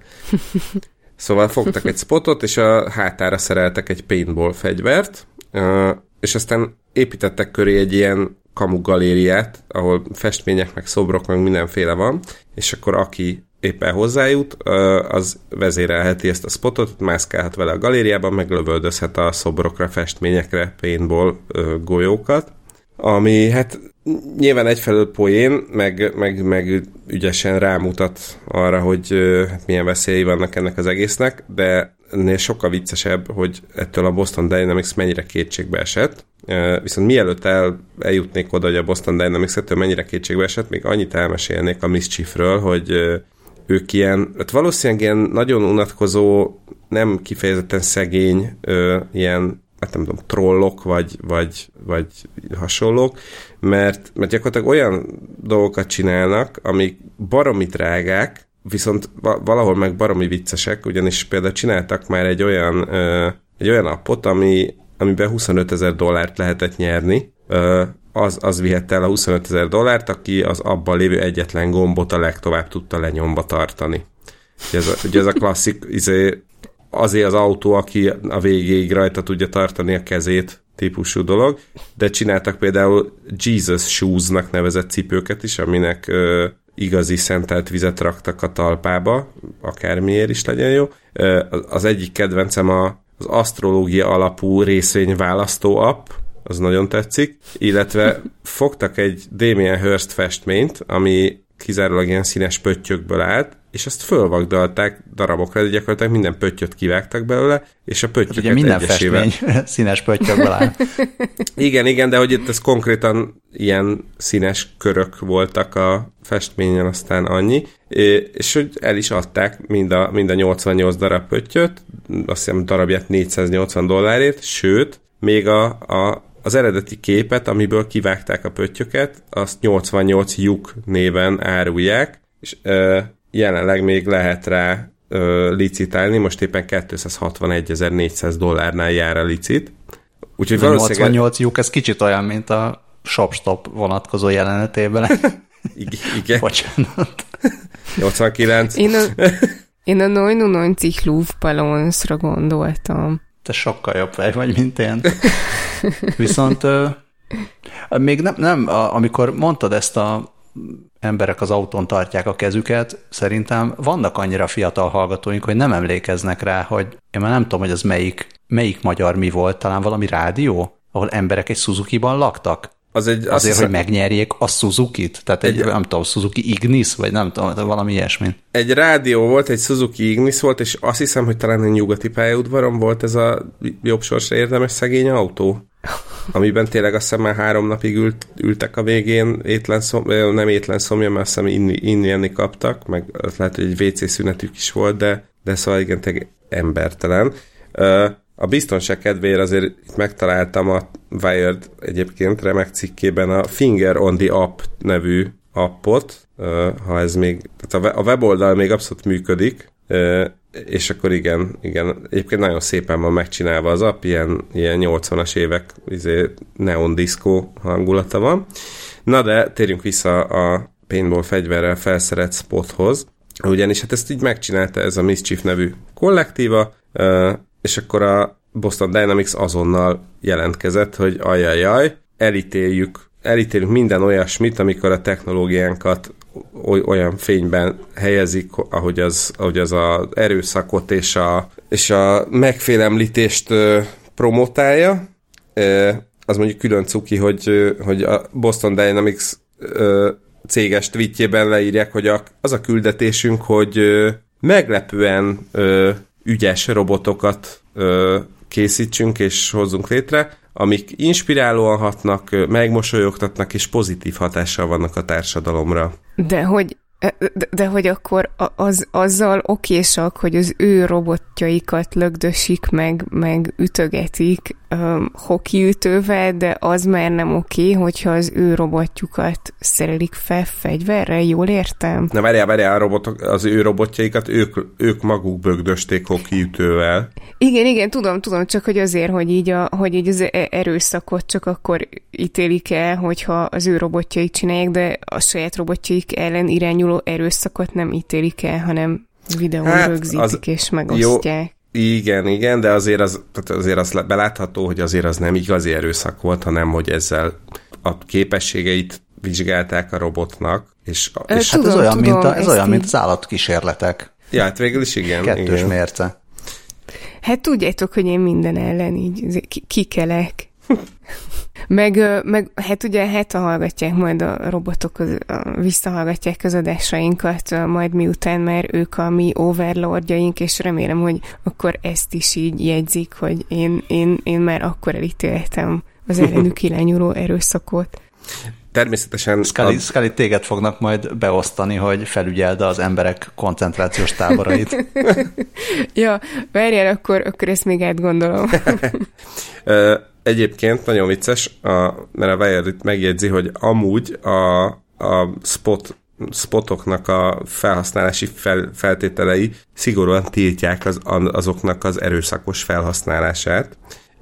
Szóval fogtak egy spotot, és a hátára szereltek egy paintball fegyvert, és aztán építettek köré egy ilyen kamu galériát, ahol festmények, meg szobrok, meg mindenféle van, és akkor aki éppen hozzájut, az vezérelheti ezt a spotot, mászkálhat vele a galériában, meg lövöldözhet a szobrokra, festményekre, paintball golyókat, ami hát nyilván egyfelől poén, meg, meg, meg ügyesen rámutat arra, hogy hát milyen veszélyei vannak ennek az egésznek, de ennél sokkal viccesebb, hogy ettől a Boston Dynamics mennyire kétségbe esett. Viszont mielőtt el, eljutnék oda, hogy a Boston Dynamics ettől mennyire kétségbe esett, még annyit elmesélnék a Mischiefről, hogy ők ilyen, hát valószínűleg ilyen nagyon unatkozó, nem kifejezetten szegény, ilyen hát nem tudom, trollok, vagy, vagy, vagy hasonlók, mert, mert gyakorlatilag olyan dolgokat csinálnak, amik baromi drágák, viszont valahol meg baromi viccesek, ugyanis például csináltak már egy olyan, ö, egy olyan appot, ami, amiben huszonötezer dollárt lehetett nyerni, ö, az, az vihette el a huszonötezer dollárt, aki az abban lévő egyetlen gombot a legtovább tudta lenyomba tartani. Ugye ez a, ugye ez a klasszik, izé, azért az autó, aki a végéig rajta tudja tartani a kezét típusú dolog, de csináltak például Jesus Shoes-nak nevezett cipőket is, aminek ö, igazi szentelt vizet raktak a talpába, akármiért is legyen jó. Ö, az egyik kedvencem a, az asztrológia alapú részvényválasztó app, az nagyon tetszik, illetve fogtak egy Damien Hirst festményt, ami kizárólag ilyen színes pöttyökből állt, és azt fölvagdalták darabokra, de gyakorlatilag minden pöttyöt kivágtak belőle, és a pöttyöket hát ugye minden egyesével... festmény színes pöttyökből áll. Igen, igen, de hogy itt ez konkrétan ilyen színes körök voltak a festményen, aztán annyi, és hogy el is adták mind a, mind a nyolcvannyolc darab pöttyöt, azt hiszem darabját négyszáznyolcvan dollárért, sőt, még a, a az eredeti képet, amiből kivágták a pöttyöket, azt nyolcvannyolc lyuk néven árulják, és ö, jelenleg még lehet rá ö, licitálni, most éppen kétszázhatvanegyezer-négyszáz dollárnál jár a licit. Úgyhogy a valószínűleg... nyolcvannyolc lyuk, ez kicsit olyan, mint a ShopStop vonatkozó jelenetében. Igen. Bocsánat. nyolcvankilenc. Én a, én a neunundneunzig Luftballonsra gondoltam. Te sokkal jobb fej vagy, mint én. Viszont euh, még nem, nem, amikor mondtad ezt a emberek az autón tartják a kezüket, szerintem vannak annyira fiatal hallgatóink, hogy nem emlékeznek rá, hogy én már nem tudom, hogy az melyik, melyik magyar mi volt, talán valami rádió, ahol emberek egy Suzuki-ban laktak. Az egy, Azért, hiszem, hogy megnyerjék a Suzuki-t? Tehát egy, egy, nem tudom, Suzuki Ignis, vagy nem tudom, valami ilyesmi. Egy rádió volt, egy Suzuki Ignis volt, és azt hiszem, hogy talán egy nyugati pályaudvaron volt ez a jobb sorsra érdemes szegény autó, amiben tényleg azt hiszem már három napig ült, ültek a végén, étlen szom, nem étlen szomja, mert azt hiszem inni, inni enni kaptak, meg lehet, hogy egy vé cé szünetük is volt, de, de szóval igen, tényleg embertelen. A biztonság kedvéért azért itt megtaláltam a Wired egyébként remek cikkében a Finger on the App nevű appot, ha ez még, tehát a weboldal még abszolút működik, és akkor igen, igen, egyébként nagyon szépen van megcsinálva az app, ilyen, ilyen nyolcvanas évek izé, neon disco hangulata van. Na de térjünk vissza a paintball fegyverrel felszerelt spothoz, ugyanis hát ezt így megcsinálta ez a Mischief nevű kollektíva, és akkor a Boston Dynamics azonnal jelentkezett, hogy ajajaj, elítéljük, elítélünk minden olyasmit, amikor a technológiánkat olyan fényben helyezik, ahogy az, ahogy az az erőszakot és a, és a megfélemlítést ö, promotálja. Ö, az mondjuk külön cuki, hogy, hogy a Boston Dynamics ö, céges tweetjében leírják, hogy a, az a küldetésünk, hogy ö, meglepően ö, ügyes robotokat ö, készítsünk és hozzunk létre, amik inspirálóan hatnak, megmosolyogtatnak és pozitív hatással vannak a társadalomra. De hogy De, de hogy akkor az, azzal okésak, hogy az ő robotjaikat lögdösik, meg, meg ütögetik um, hokiütővel, de az már nem oké, hogyha az ő robotjukat szerelik fel fegyverrel, jól értem? Na várjál, várjál, a robotok, az ő robotjaikat ők, ők maguk bögdösték hokiütővel. Igen, igen, tudom, tudom, csak hogy azért, hogy így, a, hogy így az erőszakot csak akkor ítélik el, hogyha az ő robotjaik csinálják, de a saját robotjaik ellen irányuló erőszakot nem ítélik el, hanem videón hát, rögzítik az, és megosztják. Jó, igen, igen, de azért az, tehát azért az belátható, hogy azért az nem igazi erőszak volt, hanem hogy ezzel a képességeit vizsgálták a robotnak. És, Ö, és tudom, hát ez olyan, tudom, mint, a, ez olyan mint az állatkísérletek. Ja, hát végül is igen. Kettős igen. mérce. Hát tudjátok, hogy én minden ellen így kikelek. meg, meg, hát ugye hát hallgatják majd a robotok, visszahallgatják az adásainkat, majd miután már ők a mi overlordjaink, és remélem, hogy akkor ezt is így jegyzik, hogy én, én, én már akkor elítéltem az ellenük irányuló erőszakot. Természetesen... Scully, a... Scully, téged fognak majd beosztani, hogy felügyeld az emberek koncentrációs táborait. Ja, várjál, akkor, akkor ezt még átgondolom. Egyébként nagyon vicces, a, mert a Wire itt megjegyzi, hogy amúgy a, a spot, spotoknak a felhasználási fel, feltételei szigorúan tiltják az, azoknak az erőszakos felhasználását,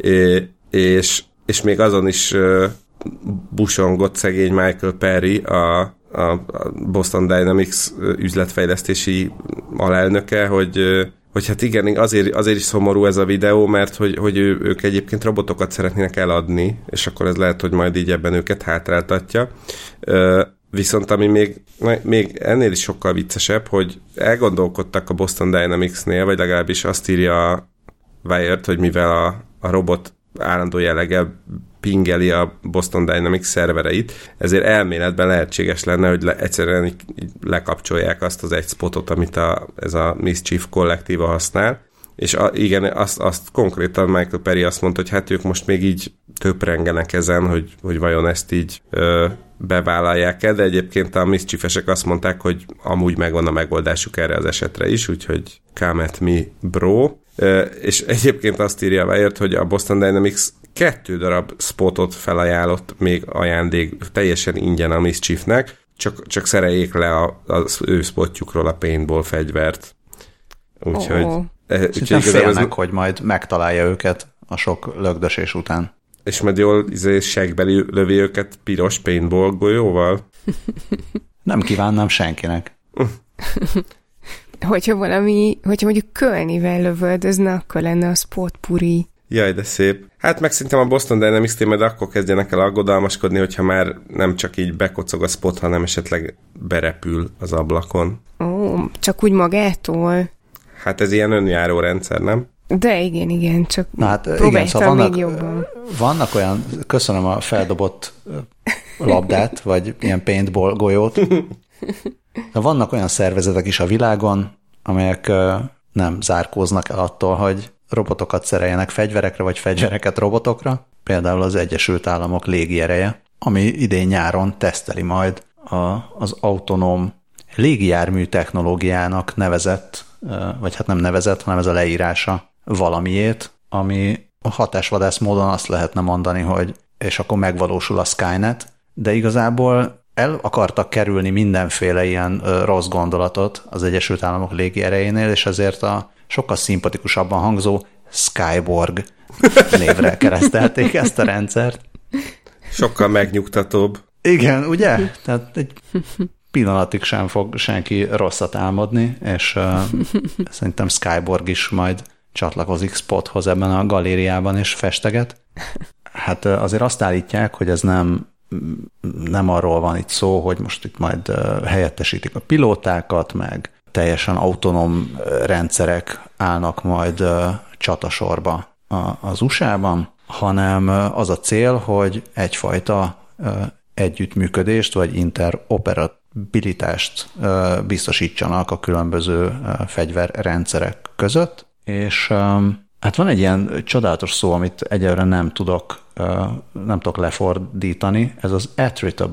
és, és még azon is busongott szegény Michael Perry, a, a Boston Dynamics üzletfejlesztési alelnöke, hogy, hogy hát igen, azért, azért is szomorú ez a videó, mert hogy, hogy ő, ők egyébként robotokat szeretnének eladni, és akkor ez lehet, hogy majd így ebben őket hátráltatja. Viszont ami még, még ennél is sokkal viccesebb, hogy elgondolkodtak a Boston Dynamics-nél, vagy legalábbis azt írja a Wired, hogy mivel a, a robot állandó jelleggel pingeli a Boston Dynamics szervereit, ezért elméletben lehetséges lenne, hogy le, egyszerűen így, így lekapcsolják azt az egy spotot, amit a, ez a Mischief kollektíva használ, és a, igen, azt, azt konkrétan Michael Perry azt mondta, hogy hát ők most még így töprengenek ezen, hogy, hogy vajon ezt így ö, bevállalják-e, de egyébként a Mischiefesek azt mondták, hogy amúgy megvan a megoldásuk erre az esetre is, úgyhogy come at me, bro. Ö, és egyébként azt írja Wired, hogy a Boston Dynamics kettő darab spotot felajánlott még ajándék teljesen ingyen a Mischiefnek, csak, csak szereljék le az ő spotjukról a paintball fegyvert. Úgyhogy... Oh. Úgyhogy félnek, ez... hogy majd megtalálja őket a sok lögdösés után. És majd jól izé, segbeli lövi őket piros paintball golyóval? Nem kívánnám senkinek. Hogyha valami, hogyha mondjuk Kölnivel lövöldözne, akkor lenne a spotpuri. Jaj, de szép. Hát meg szerintem a Boston Dynamics-nél majd akkor kezdjenek el aggodalmaskodni, hogyha már nem csak így bekocog a spot, hanem esetleg berepül az ablakon. Ó, csak úgy magától? Hát ez ilyen önjáró rendszer, nem? De igen, igen, csak Na hát, próbáltam igen, szóval vannak, még jobban. Vannak olyan, köszönöm a feldobott labdát, vagy ilyen paintball golyót. De vannak olyan szervezetek is a világon, amelyek nem zárkóznak el attól, hogy robotokat szereljenek fegyverekre, vagy fegyvereket robotokra. Például az Egyesült Államok légiereje, ami idén nyáron teszteli majd a, az autonóm légijármű technológiának nevezett, vagy hát nem nevezett, hanem ez a leírása valamiét, ami a hatásvadász módon azt lehetne mondani, hogy és akkor megvalósul a Skynet, de igazából el akartak kerülni mindenféle ilyen rossz gondolatot az Egyesült Államok légierejénél, és ezért a sokkal szimpatikusabban hangzó Skyborg névre keresztelték ezt a rendszert. Sokkal megnyugtatóbb. Igen, ugye? Tehát egy pillanatig sem fog senki rosszat álmodni, és uh, szerintem Skyborg is majd csatlakozik Spothoz ebben a galériában, és festeget. Hát uh, azért azt állítják, hogy ez nem, nem arról van itt szó, hogy most itt majd uh, helyettesítik a pilótákat, meg teljesen autonóm rendszerek állnak majd uh, csatasorba a, az u es á-ban, hanem uh, az a cél, hogy egyfajta uh, együttműködést, vagy interoperabilitást uh, biztosítsanak a különböző uh, fegyverrendszerek között, és um, hát van egy ilyen csodálatos szó, amit egyelőre nem tudok, uh, nem tudok lefordítani, ez az attritable,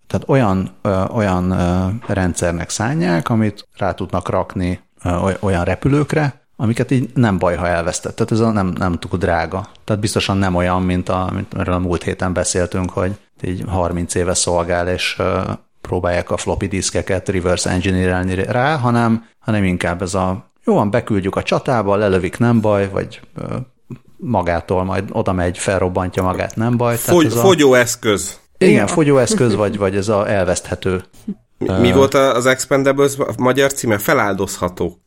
tehát olyan, ö, olyan ö, rendszernek szánják, amit rá tudnak rakni ö, olyan repülőkre, amiket így nem baj, ha elvesztett. Tehát ez a nem, nem túl drága. Tehát biztosan nem olyan, mint, a, mint erről a múlt héten beszéltünk, hogy így harminc éve szolgál, és ö, próbálják a floppy diszkeket reverse engineer-elni rá, hanem, hanem inkább ez a jó van, beküldjük a csatába, lelövik, nem baj, vagy ö, magától majd oda megy, felrobbantja magát, nem baj. Fogy, ez a, fogyóeszköz. Igen, Ja. fogyóeszköz, vagy, vagy ez a elveszthető. Mi, mi volt az Expendables magyar címe? Feláldozható.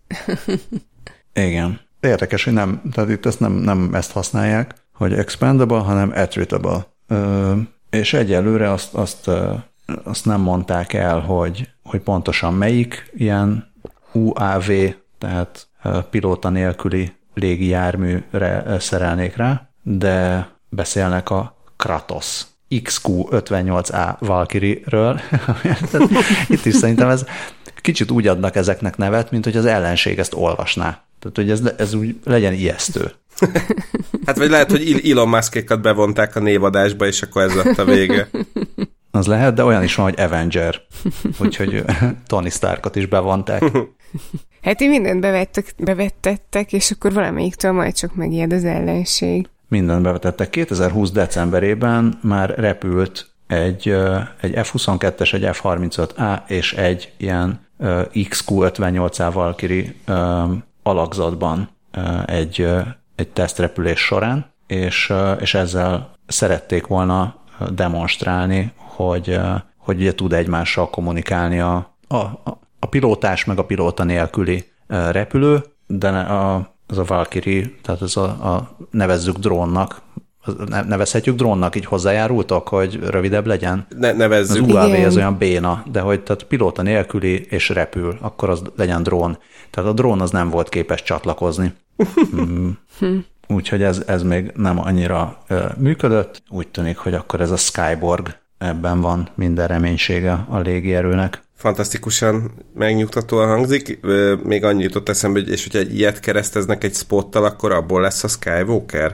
Igen. Érdekes, hogy nem, tehát itt ezt nem, nem ezt használják, hogy expendable, hanem attritable. Ö, és egyelőre azt, azt, ö, azt nem mondták el, hogy, hogy pontosan melyik ilyen u á vé, tehát ö, pilóta nélküli légijárműre szerelnék rá, de beszélnek a Kratos iksz kú ötvennyolc á Valkyrie-ről. Itt is szerintem ez kicsit úgy adnak ezeknek nevet, mint hogy az ellenség ezt olvasná. Tehát, hogy ez, ez úgy legyen ijesztő. Hát vagy lehet, hogy Elon Muskékat bevonták a névadásba, és akkor ez lett a vége. Az lehet, de olyan is van, hogy Avenger. Úgyhogy Tony Starkot is bevonták. Hát én mindent bevettek, bevettettek, és akkor valamelyiktől majd csak megijed az ellenség. Mindent bevetettek. kétezer-húsz decemberében már repült egy, egy ef huszonkettes, egy ef harmincöt á és egy ilyen iksz kú ötvennyolc á Valkyrie alakzatban egy, egy tesztrepülés során, és, és ezzel szerették volna demonstrálni, hogy, hogy ugye tud egymással kommunikálni a, a, a pilótás meg a pilóta nélküli repülő, de a, az a Valkyrie, tehát ez a, a nevezzük drónnak, nevezhetjük drónnak, így hozzájárultok, hogy rövidebb legyen? Ne, nevezzük. Az u á vé ez olyan béna, de hogy tehát pilóta nélküli és repül, akkor az legyen drón. Tehát a drón az nem volt képes csatlakozni. Mm. Úgyhogy ez, ez még nem annyira ö, működött. Úgy tűnik, hogy akkor ez a Skyborg, ebben van minden reménysége a légierőnek. Fantasztikusan megnyugtatóan hangzik. Még annyit jutott eszembe, hogy és hogyha egy ilyet kereszteznek egy spottal, akkor abból lesz a Skywalker?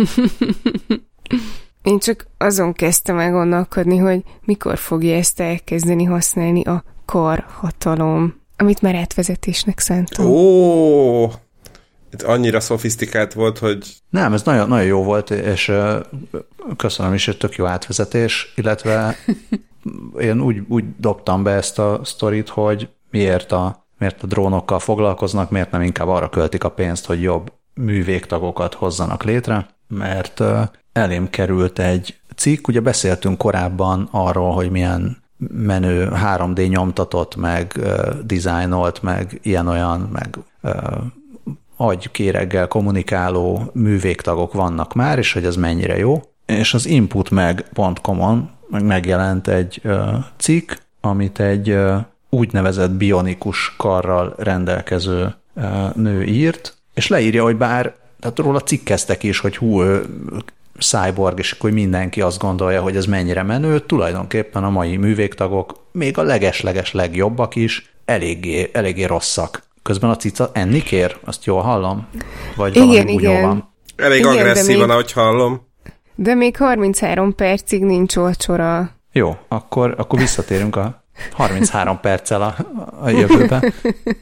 Én csak azon kezdtem el gondolkodni, hogy mikor fogja ezt elkezdeni használni a karhatalom, amit már átvezetésnek szántam. Ó, ez annyira szofisztikált volt, hogy... Nem, ez nagyon, nagyon jó volt, és köszönöm is, hogy tök jó átvezetés, illetve én úgy, úgy dobtam be ezt a sztorit, hogy miért a, miért a drónokkal foglalkoznak, miért nem inkább arra költik a pénzt, hogy jobb művégtagokat hozzanak létre, mert elém került egy cikk, ugye beszéltünk korábban arról, hogy milyen menő három dé nyomtatott, meg uh, dizájnolt, meg ilyen-olyan, meg uh, agykéreggel kommunikáló művégtagok vannak már, és hogy ez mennyire jó. És az inputmag pont com-on megjelent egy uh, cikk, amit egy uh, úgynevezett bionikus karral rendelkező uh, nő írt, és leírja, hogy bár, tehát róla cikkeztek is, hogy hú, ő cyborg, és akkor mindenki azt gondolja, hogy ez mennyire menő, tulajdonképpen a mai művégtagok, még a leges-leges legjobbak is, eléggé, eléggé rosszak. Közben a cica enni kér, azt jól hallom? Vagy igen, valami igen. van? Elég igen, agresszívan, még, ahogy hallom. De még harminchárom percig nincs olcsora. Jó, akkor, akkor visszatérünk a harminchárom perccel a, a jövőbe.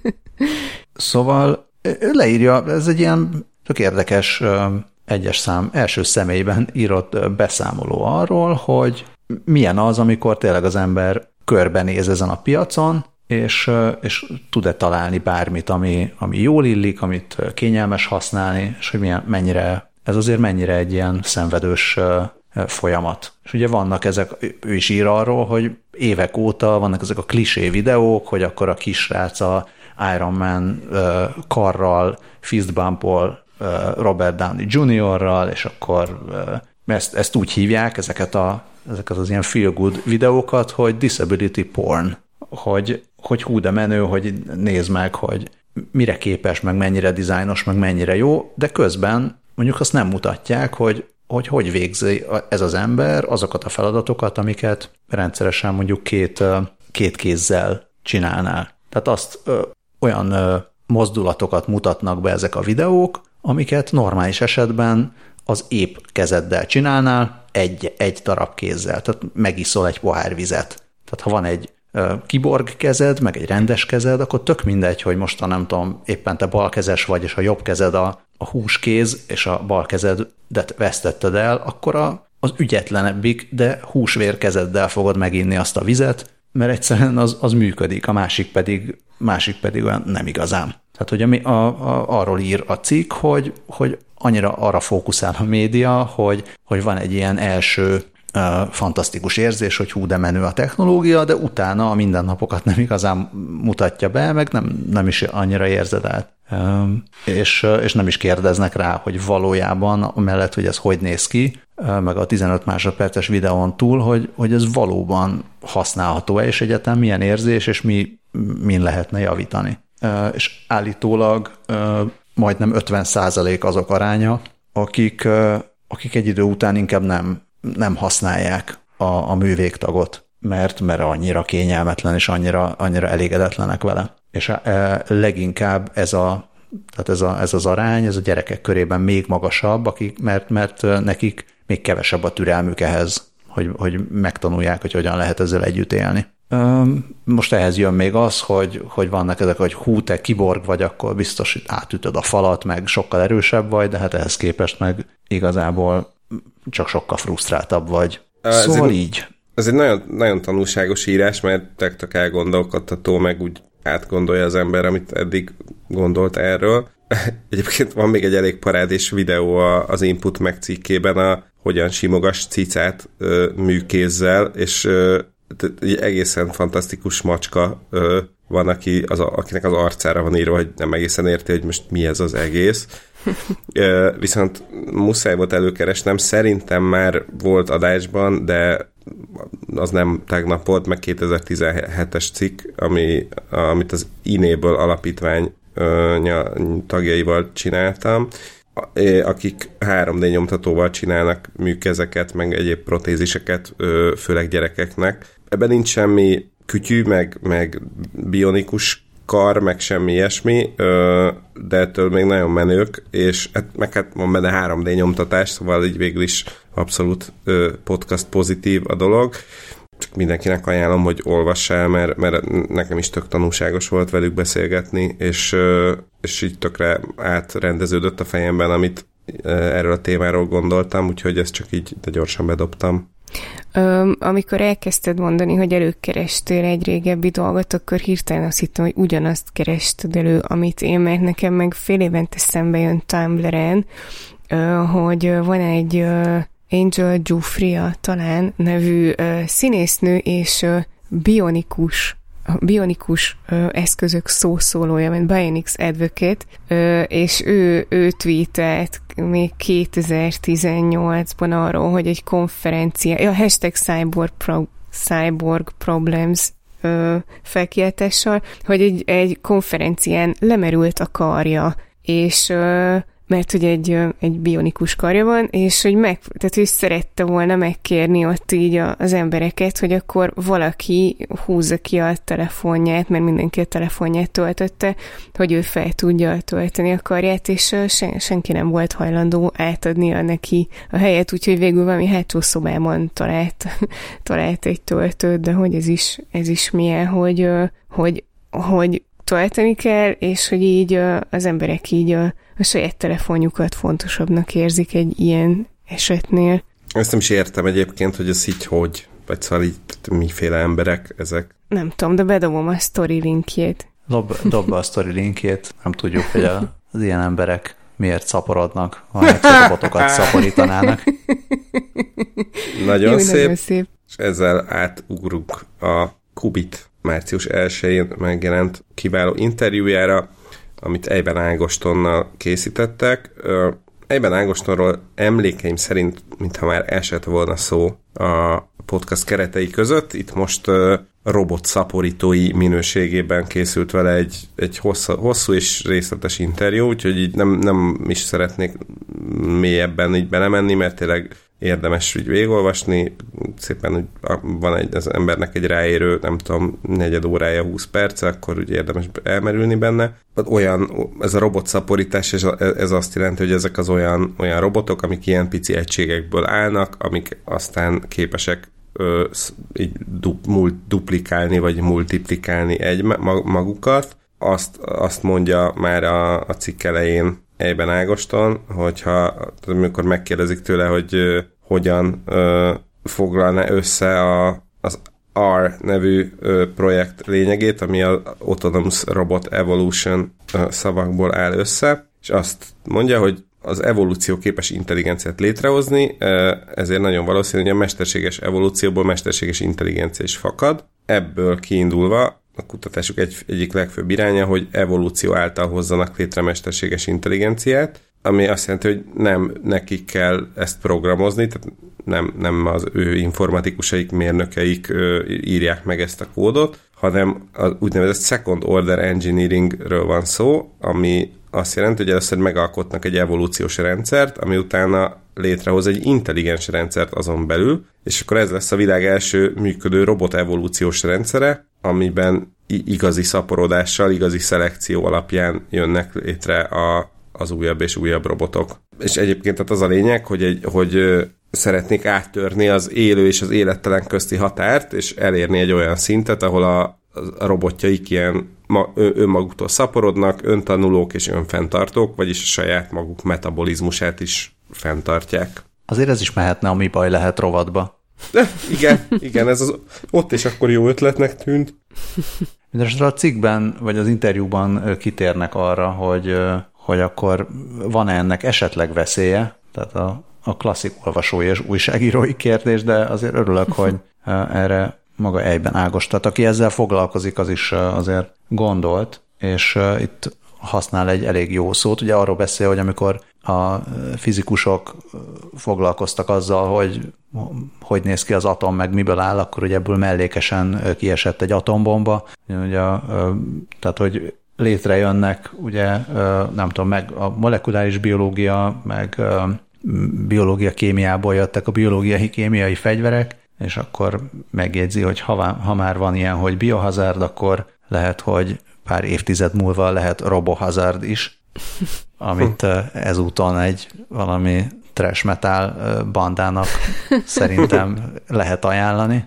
Szóval leírja, ez egy ilyen tök érdekes egyes szám, első személyben írott beszámoló arról, hogy milyen az, amikor tényleg az ember körbenéz ezen a piacon, és, és tud-e találni bármit, ami, ami jól illik, amit kényelmes használni, és hogy milyen, mennyire, ez azért mennyire egy ilyen szenvedős folyamat. És ugye vannak ezek, ő is ír arról, hogy évek óta vannak ezek a klisé videók, hogy akkor a kisrác a Iron Man karral, fistbumpol Robert Downey juniorral, és akkor ezt, ezt úgy hívják, ezeket, a, ezeket az ilyen feel-good videókat, hogy disability porn, hogy, hogy hú de menő, hogy nézd meg, hogy mire képes, meg mennyire dizájnos, meg mennyire jó, de közben mondjuk azt nem mutatják, hogy hogy, hogy végzi ez az ember azokat a feladatokat, amiket rendszeresen mondjuk két, két kézzel csinálnál. Tehát azt ö, olyan ö, mozdulatokat mutatnak be ezek a videók, amiket normális esetben az épp kezeddel csinálnál, egy, egy darab kézzel. Tehát megiszol egy pohár vizet. Tehát ha van egy kiborg kezed, meg egy rendes kezed, akkor tök mindegy, hogy most a nem tudom, éppen te balkezes vagy, és a jobb kezed a, a húskéz, és a bal kezedet vesztetted el, akkor a, az ügyetlenebbik, de húsvér kezeddel fogod meginni azt a vizet, mert egyszerűen az, az működik, a másik pedig, másik pedig olyan nem igazán. Tehát, hogy ami a, a, arról ír a cikk, hogy, hogy annyira arra fókuszál a média, hogy, hogy van egy ilyen első uh, fantasztikus érzés, hogy hú, de menő a technológia, de utána a mindennapokat nem igazán mutatja be, meg nem, nem is annyira érzed át. Um, és, és nem is kérdeznek rá, hogy valójában, amellett, hogy ez hogy néz ki, meg a tizenöt másodperces videón túl, hogy, hogy ez valóban használható-e, és egyáltalán milyen érzés, és mi, min lehetne javítani. Uh, és állítólag uh, majdnem ötven százalék azok aránya, akik, uh, akik egy idő után inkább nem, nem használják a, a művégtagot, mert, mert annyira kényelmetlen, és annyira, annyira elégedetlenek vele. És uh, leginkább ez a Tehát ez, a, ez az arány, ez a gyerekek körében még magasabb, akik, mert, mert nekik még kevesebb a türelmük ehhez, hogy, hogy megtanulják, hogy hogyan lehet ezzel együtt élni. Most ehhez jön még az, hogy, hogy vannak ezek, hogy hú, te kiborg vagy, akkor biztos átütöd a falat, meg sokkal erősebb vagy, de hát ehhez képest meg igazából csak sokkal frusztráltabb vagy. Ez szóval egy, így. Ez egy nagyon, nagyon tanulságos írás, mert tök elgondolkodtató, meg úgy átgondolja az ember, amit eddig gondolt erről. Egyébként van még egy elég parádés videó az Input meg cikkében, a hogyan simogass cicát ö, műkézzel, és ö, egy egészen fantasztikus macska ö, van, aki az, akinek az arcára van írva, hogy nem egészen érti, hogy most mi ez az egész. Ö, viszont muszáj volt előkeresnem, szerintem már volt adásban, de az nem tegnap volt, meg kétezer-tizenhetes cikk, ami, amit az Enable alapítvány ö, tagjaival csináltam, akik három dé nyomtatóval csinálnak műkezeket, meg egyéb protéziseket, ö, főleg gyerekeknek. Ebben nincs semmi kütyű, meg, meg bionikus kar, meg semmi ilyesmi, de ettől még nagyon menők, és meg hát van benne három dé nyomtatás, szóval így végül is abszolút podcast pozitív a dolog. Csak mindenkinek ajánlom, hogy olvass el, mert, mert nekem is tök tanulságos volt velük beszélgetni, és, és így tökre átrendeződött a fejemben, amit erről a témáról gondoltam, úgyhogy ezt csak így de gyorsan bedobtam. Öm, amikor elkezdted mondani, hogy előkerestél egy régebbi dolgot, akkor hirtelen azt hittem, hogy ugyanazt kerested elő, amit én, mert nekem meg fél évente szembe jön Tumblr-en, ö, hogy van egy ö, Angel Giuffria talán nevű ö, színésznő és ö, bionikus bionikus ö, eszközök szószólója, mint Bionics Advocate, ö, és ő, ő tweetelt még kétezer-tizennyolcban arról, hogy egy konferencia, a hashtag Cyborg, Pro, Cyborg Problems ö, felkiáltással, hogy egy, egy konferencián lemerült a karja, és ö, mert hogy egy, egy bionikus karja van, és hogy, meg, tehát, hogy szerette volna megkérni ott így a, az embereket, hogy akkor valaki húzza ki a telefonját, mert mindenki a telefonját töltötte, hogy ő fel tudja tölteni a karját, és sen, senki nem volt hajlandó átadnia neki a helyet, úgyhogy végül valami hátsó szobában talált, talált egy töltőt, de hogy ez is, ez is milyen, hogy, hogy, hogy tölteni kell, és hogy így az emberek így a, a saját telefonjukat fontosabbnak érzik egy ilyen esetnél. Ezt nem is értem egyébként, hogy ez így hogy, vagy szóval így miféle emberek ezek. Nem tudom, de bedobom a sztori linkjét. Dob, dob be a sztori linkjét, nem tudjuk, hogy az ilyen emberek miért szaporodnak, ha robotokat szaporítanának. Nagyon, Jó, szép, nagyon szép. És ezzel átugrunk a Qubit március elsején megjelent kiváló interjújára, amit Eyben Ágostonnal készítettek. Eyben Ágostonról emlékeim szerint, mintha már esett volna szó a podcast keretei között, itt most robot szaporítói minőségében készült vele egy, egy hosszú, hosszú és részletes interjú, úgyhogy így nem, nem is szeretnék mélyebben így belemenni, mert tényleg érdemes úgy végigolvasni, szépen úgy van egy, az embernek egy ráérő, nem tudom, negyed órája, húsz perc, akkor úgy érdemes elmerülni benne. Olyan, ez a robotszaporítás, ez, ez azt jelenti, hogy ezek az olyan, olyan robotok, amik ilyen pici egységekből állnak, amik aztán képesek ö, így du, mult, duplikálni, vagy multiplikálni egy magukat. Azt, azt mondja már a, a cikk elején Eyben Ágoston, hogyha amikor megkérdezik tőle, hogy ö, hogyan ö, foglalná össze a, az R nevű ö, projekt lényegét, ami az Autonomous Robot Evolution ö, szavakból áll össze, és azt mondja, hogy az evolúcióképes intelligenciát létrehozni, ezért nagyon valószínű, hogy a mesterséges evolúcióból mesterséges intelligencia is fakad. Ebből kiindulva a kutatásuk egy, egyik legfőbb iránya, hogy evolúció által hozzanak létre mesterséges intelligenciát, ami azt jelenti, hogy nem nekik kell ezt programozni, tehát nem, nem az ő informatikusaik, mérnökeik ö, írják meg ezt a kódot, hanem az úgynevezett second order engineeringről van szó, ami azt jelenti, hogy először megalkotnak egy evolúciós rendszert, ami utána létrehoz egy intelligens rendszert azon belül, és akkor ez lesz a világ első működő robot evolúciós rendszere, amiben igazi szaporodással, igazi szelekció alapján jönnek létre a, az újabb és újabb robotok. És egyébként tehát az a lényeg, hogy, egy, hogy szeretnék áttörni az élő és az élettelen közti határt, és elérni egy olyan szintet, ahol a, a robotjaik ilyen ma, önmaguktól szaporodnak, öntanulók és önfenntartók, vagyis a saját maguk metabolizmusát is fenntartják. Azért ez is mehetne, ami baj lehet rovatba. De igen, igen, ez az ott és akkor jó ötletnek tűnt. Mindenesetre a cikkben, vagy az interjúban kitérnek arra, hogy, hogy akkor van-e ennek esetleg veszélye, tehát a, a klasszik olvasói és újságírói kérdés, de azért örülök, hogy erre maga Eyben Ágoston, aki ezzel foglalkozik, az is azért gondolt, és itt használ egy elég jó szót. Ugye arról beszél, hogy amikor a fizikusok foglalkoztak azzal, hogy hogy néz ki az atom, meg miből áll, akkor ugye ebből mellékesen kiesett egy atombomba. Ugye, tehát, hogy létrejönnek, ugye, nem tudom, meg a molekuláris biológia, meg biológia kémiából jöttek a biológiai kémiai fegyverek, és akkor megjegyzi, hogy ha, ha már van ilyen, hogy biohazard, akkor lehet, hogy pár évtized múlva lehet robohazard is, amit ezúton egy valami trash metal bandának szerintem lehet ajánlani.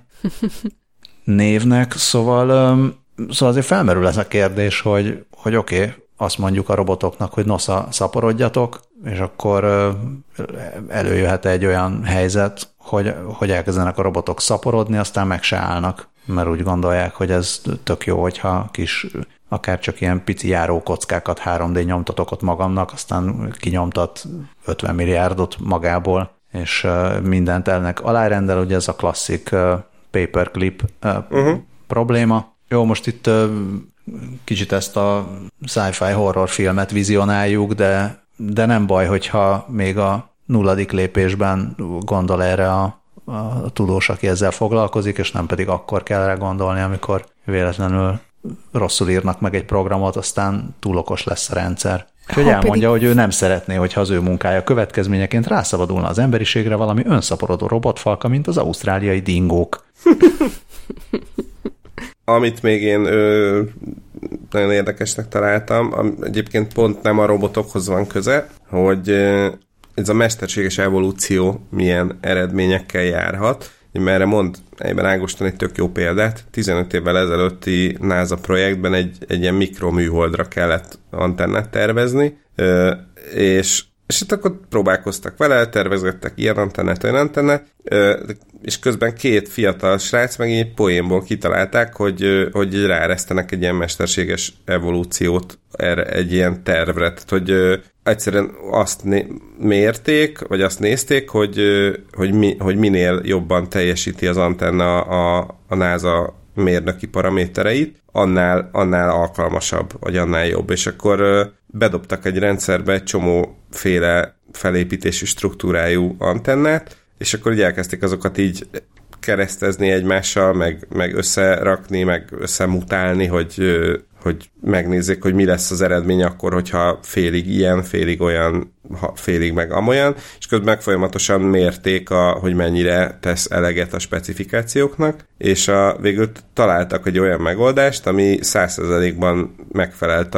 Névnek, szóval, szóval azért felmerül ez a kérdés, hogy, hogy oké, okay, azt mondjuk a robotoknak, hogy nosza, szaporodjatok, és akkor előjöhet egy olyan helyzet, hogy, hogy elkezdenek a robotok szaporodni, aztán meg se állnak, mert úgy gondolják, hogy ez tök jó, hogyha kis, akár csak ilyen pici járókockákat három dé nyomtatok ott magamnak, aztán kinyomtat ötven milliárdot magából, és mindent ennek alárendel, ugye ez a klasszik paperclip uh-huh. probléma. Jó, most itt kicsit ezt a sci-fi horror filmet vizionáljuk, de, de nem baj, hogyha még a nulladik lépésben gondol erre a, a tudós, aki ezzel foglalkozik, és nem pedig akkor kell rá gondolni, amikor véletlenül rosszul írnak meg egy programot, aztán túl okos lesz a rendszer. Úgyhogy elmondja, pedig... hogy ő nem szeretné, hogyha az ő munkája következményeként rászabadulna az emberiségre valami önszaporodó robotfalka, mint az ausztráliai dingók. Amit még én ö, nagyon érdekesnek találtam, egyébként pont nem a robotokhoz van köze, hogy ö, ez a mesterséges evolúció milyen eredményekkel járhat. Én erre mond Eyben Ágoston egy tök jó példát. tizenöt évvel ezelőtti NASA projektben egy, egy ilyen mikroműholdra kellett antennát tervezni, ö, és és itt akkor próbálkoztak vele, tervezgettek ilyen antennát, olyan antennát, és közben két fiatal srác meg egy poénból kitalálták, hogy, hogy ráeresztenek egy ilyen mesterséges evolúciót erre, egy ilyen tervre. Tehát, hogy egyszerűen azt né- mérték, vagy azt nézték, hogy, hogy, mi, hogy minél jobban teljesíti az antenna a, a NASA mérnöki paramétereit, annál, annál alkalmasabb, vagy annál jobb. És akkor bedobtak egy rendszerbe egy csomóféle felépítésű struktúrájú antennát, és akkor így elkezdték azokat így keresztezni egymással, meg, meg összerakni, meg összemutálni, hogy, hogy megnézzék, hogy mi lesz az eredmény akkor, hogyha félig ilyen, félig olyan, félig meg amolyan, és közben folyamatosan mérték, a, hogy mennyire tesz eleget a specifikációknak, és a, végül találtak egy olyan megoldást, ami száz százalékban megfelelt a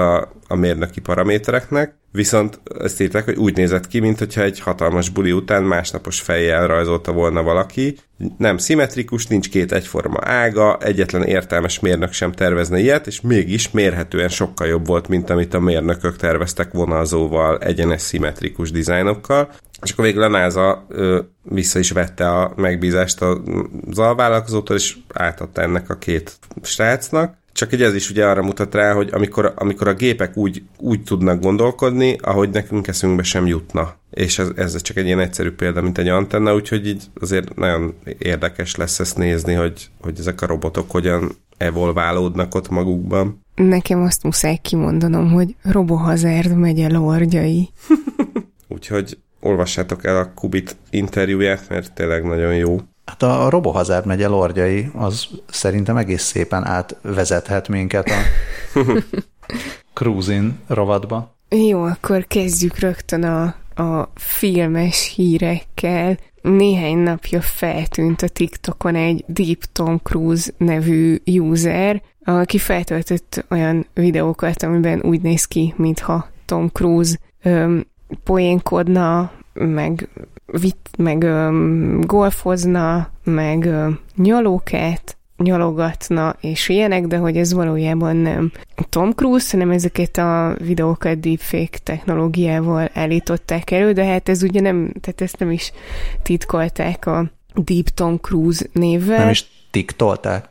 a mérnöki paramétereknek, viszont ezt írták, hogy úgy nézett ki, mintha egy hatalmas buli után másnapos fejjel rajzolta volna valaki. Nem szimmetrikus, nincs két egyforma ága, egyetlen értelmes mérnök sem tervezne ilyet, és mégis mérhetően sokkal jobb volt, mint amit a mérnökök terveztek vonalzóval, egyenes szimmetrikus dizájnokkal. És akkor végül a NASA ö, vissza is vette a megbízást az alvállalkozótól, és átadta ennek a két srácnak. Csak így ez is ugye arra mutat rá, hogy amikor, amikor a gépek úgy, úgy tudnak gondolkodni, ahogy nekünk eszünkbe sem jutna. És ez, ez csak egy ilyen egyszerű példa, mint egy antenna, úgyhogy így azért nagyon érdekes lesz ezt nézni, hogy, hogy ezek a robotok hogyan evolválódnak ott magukban. Nekem azt muszáj kimondanom, hogy RoboHazard megye lordjai. Úgyhogy olvassátok el a Kubit interjúját, mert tényleg nagyon jó. Hát a RoboHazard megye lordjai, az szerintem egész szépen átvezethet minket a Cruisin rovatba. Jó, akkor kezdjük rögtön a, a filmes hírekkel. Néhány napja feltűnt a TikTokon egy Deep Tom Cruise nevű user, aki feltöltött olyan videókat, amiben úgy néz ki, mintha Tom Cruise öm, poénkodna, meg, vit, meg öm, golfozna, meg öm, nyalókát nyalogatna, és ilyenek, de hogy ez valójában nem Tom Cruise, hanem ezeket a videókat deepfake technológiával állították elő, de hát ez ugye nem, tehát ezt nem is titkolták a Deep Tom Cruise névvel. Nem is tiktolták.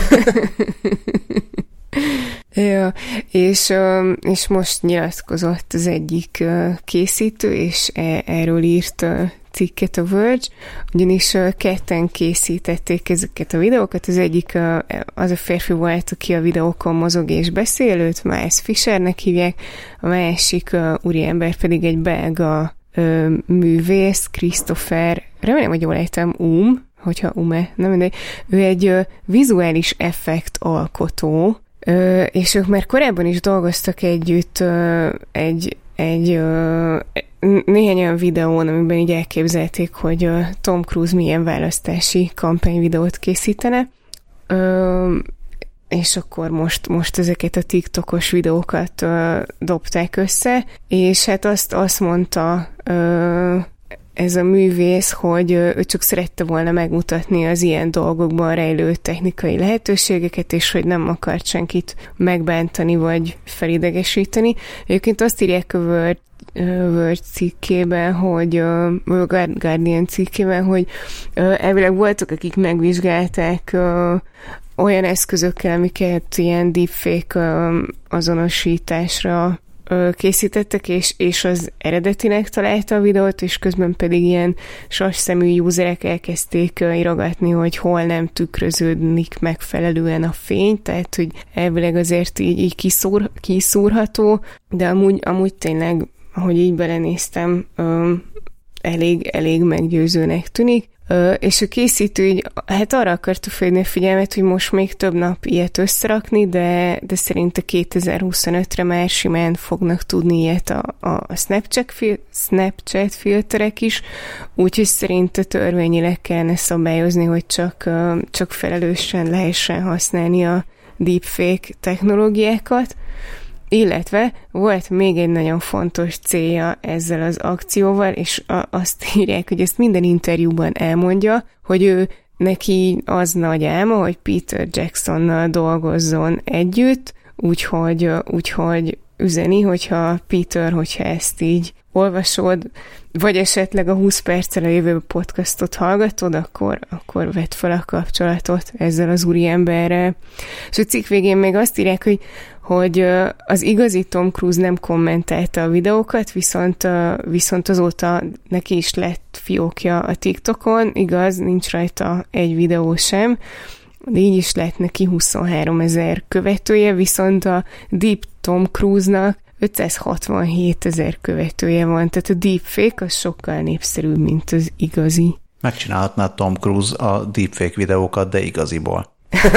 Ja, és, és most nyilatkozott az egyik készítő, és erről írt cikket a Verge, ugyanis ketten készítették ezeket a videókat. Az egyik az a férfi volt, aki a videókon mozog és beszél, őt Miles Fishernek hívják, a másik úriember pedig egy belga művész, Christopher, remélem, hogy jól ejtem, Um, hogyha Ume, nem mindegy, ő egy vizuális effekt alkotó, és ők már korábban is dolgoztak együtt egy, egy néhány olyan videón, amiben így elképzelték, hogy Tom Cruise milyen választási kampányvideót készítene, és akkor most, most ezeket a TikTokos videókat dobták össze, és hát azt, azt mondta ez a művész, hogy ő csak szerette volna megmutatni az ilyen dolgokban rejlő technikai lehetőségeket, és hogy nem akart senkit megbántani, vagy felidegesíteni. Egyébként azt írják a Word, Word cikkében, hogy a Guardian cikkében, hogy elvileg voltak, akik megvizsgálták olyan eszközökkel, amiket ilyen deepfake azonosításra készítettek, és, és az eredetinek találta a videót, és közben pedig ilyen sasszemű userek elkezdték írogatni, hogy hol nem tükröződik megfelelően a fény, tehát, hogy elvileg azért így, így kiszúr, kiszúrható, de amúgy, amúgy tényleg, ahogy így belenéztem, elég, elég meggyőzőnek tűnik. Ö, és a készítő így, hát arra akarta felhívni a figyelmet, hogy most még több nap ilyet összerakni, de, de szerinte kétezer-huszonötre már simán fognak tudni ilyet a, a Snapchat, fil- Snapchat filterek is, úgyhogy szerinte törvényileg kellene szabályozni, hogy csak, csak felelősen lehessen használni a deepfake technológiákat. Illetve volt még egy nagyon fontos célja ezzel az akcióval, és a, azt írják, hogy ezt minden interjúban elmondja, hogy ő neki az nagy álma, hogy Peter Jacksonnal dolgozzon együtt, úgyhogy, úgyhogy üzeni, hogyha Peter, hogyha ezt így olvasod, vagy esetleg a húsz perccel a jövő podcastot hallgatod, akkor, akkor vedd fel a kapcsolatot ezzel az úriemberrel. És a cikk végén még azt írják, hogy hogy az igazi Tom Cruise nem kommentálta a videókat, viszont, viszont azóta neki is lett fiókja a TikTokon, igaz, nincs rajta egy videó sem, de így is lett neki huszonháromezer követője, viszont a Deep Tom Cruise-nak ötszázhatvanhétezer követője van, tehát a deepfake az sokkal népszerűbb, mint az igazi. Megcsinálhatná Tom Cruise a deepfake videókat, de igaziból.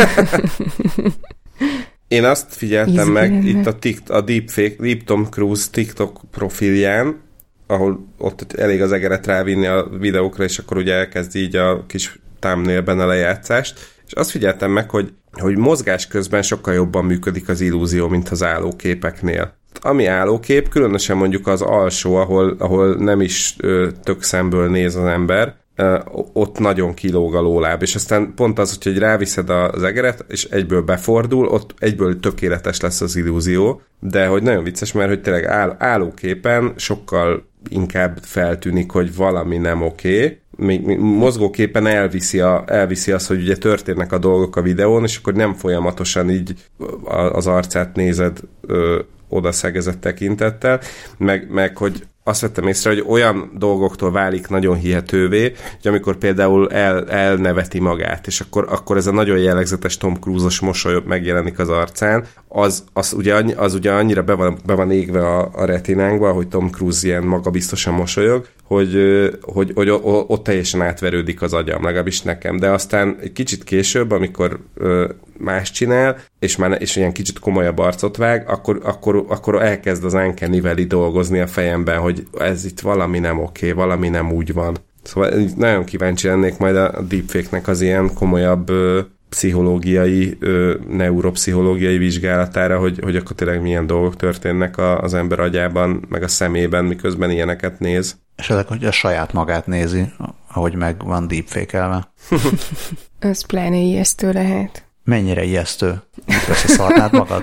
Én azt figyeltem Ízű meg lenne. Itt a, tikt, a Deepfake, Deep Tom Cruise TikTok profilján, ahol ott elég az egeret rávinni a videókra, és akkor ugye elkezd így a kis thumbnailben a lejátszást, és azt figyeltem meg, hogy, hogy mozgás közben sokkal jobban működik az illúzió, mint az állóképeknél. ami állókép, különösen mondjuk az alsó, ahol, ahol nem is ö, tök szemből néz az ember, ö, ott nagyon kilóg a lóláb, és aztán pont az, hogy ráviszed az egeret, és egyből befordul, ott egyből tökéletes lesz az illúzió, de hogy nagyon vicces, mert hogy tényleg áll, állóképen sokkal inkább feltűnik, hogy valami nem oké, okay. Még, még mozgóképpen elviszi, a, elviszi azt, hogy ugye történnek a dolgok a videón, és akkor nem folyamatosan így az arcát nézed ö, oda szegezett tekintettel, meg, meg hogy azt vettem észre, hogy olyan dolgoktól válik nagyon hihetővé, hogy amikor például el, elneveti magát, és akkor, akkor ez a nagyon jellegzetes Tom Cruise-os mosoly megjelenik az arcán, az, az, ugye, az ugye annyira be van, be van égve a, a retinánkba, hogy Tom Cruise ilyen magabiztosan mosolyog, hogy, hogy, hogy ott teljesen átverődik az agyam, legalábbis nekem. De aztán egy kicsit később, amikor más csinál, és már és ilyen kicsit komolyabb arcot vág, akkor, akkor, akkor elkezd az Uncanny Valley dolgozni a fejemben, hogy ez itt valami nem oké, valami nem úgy van. Szóval nagyon kíváncsi lennék majd a deepfake-nek az ilyen komolyabb ö, pszichológiai, ö, neuropszichológiai vizsgálatára, hogy, hogy akkor tényleg milyen dolgok történnek a, az ember agyában, meg a szemében, miközben ilyeneket néz. És ezek, hogy a saját magát nézi, ahogy meg van deepfake-elve. Ez pláne ijesztő lehet. Mennyire ijesztő? Összeszarnád magad?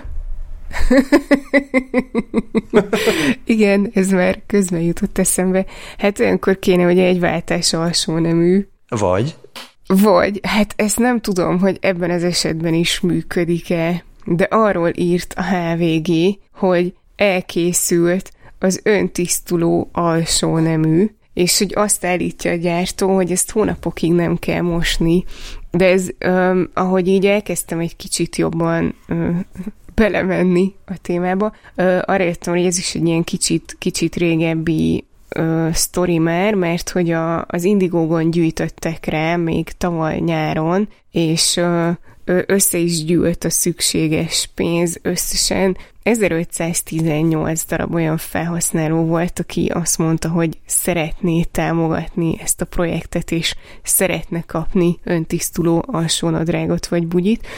Igen, ez már közben jutott eszembe. Hát olyankor kéne, hogy egy váltás alsó nemű. Vagy? Vagy, hát ezt nem tudom, hogy ebben az esetben is működik-e, de arról írt a há vé gé, hogy elkészült az öntisztuló alsó nemű, és hogy azt állítja a gyártó, hogy ezt hónapokig nem kell mosni. De ez, um, ahogy így elkezdtem egy kicsit jobban um, belemenni a témába, uh, arra jöttem, hogy ez is egy ilyen kicsit, kicsit régebbi uh, sztori már, mert hogy a, az Indiegogon gyűjtöttek rá még tavaly nyáron, és uh, össze is gyűlt a szükséges pénz, összesen ezerötszáztizennyolc darab olyan felhasználó volt, aki azt mondta, hogy szeretné támogatni ezt a projektet, és szeretne kapni öntisztuló alsónadrágot vagy bugyit,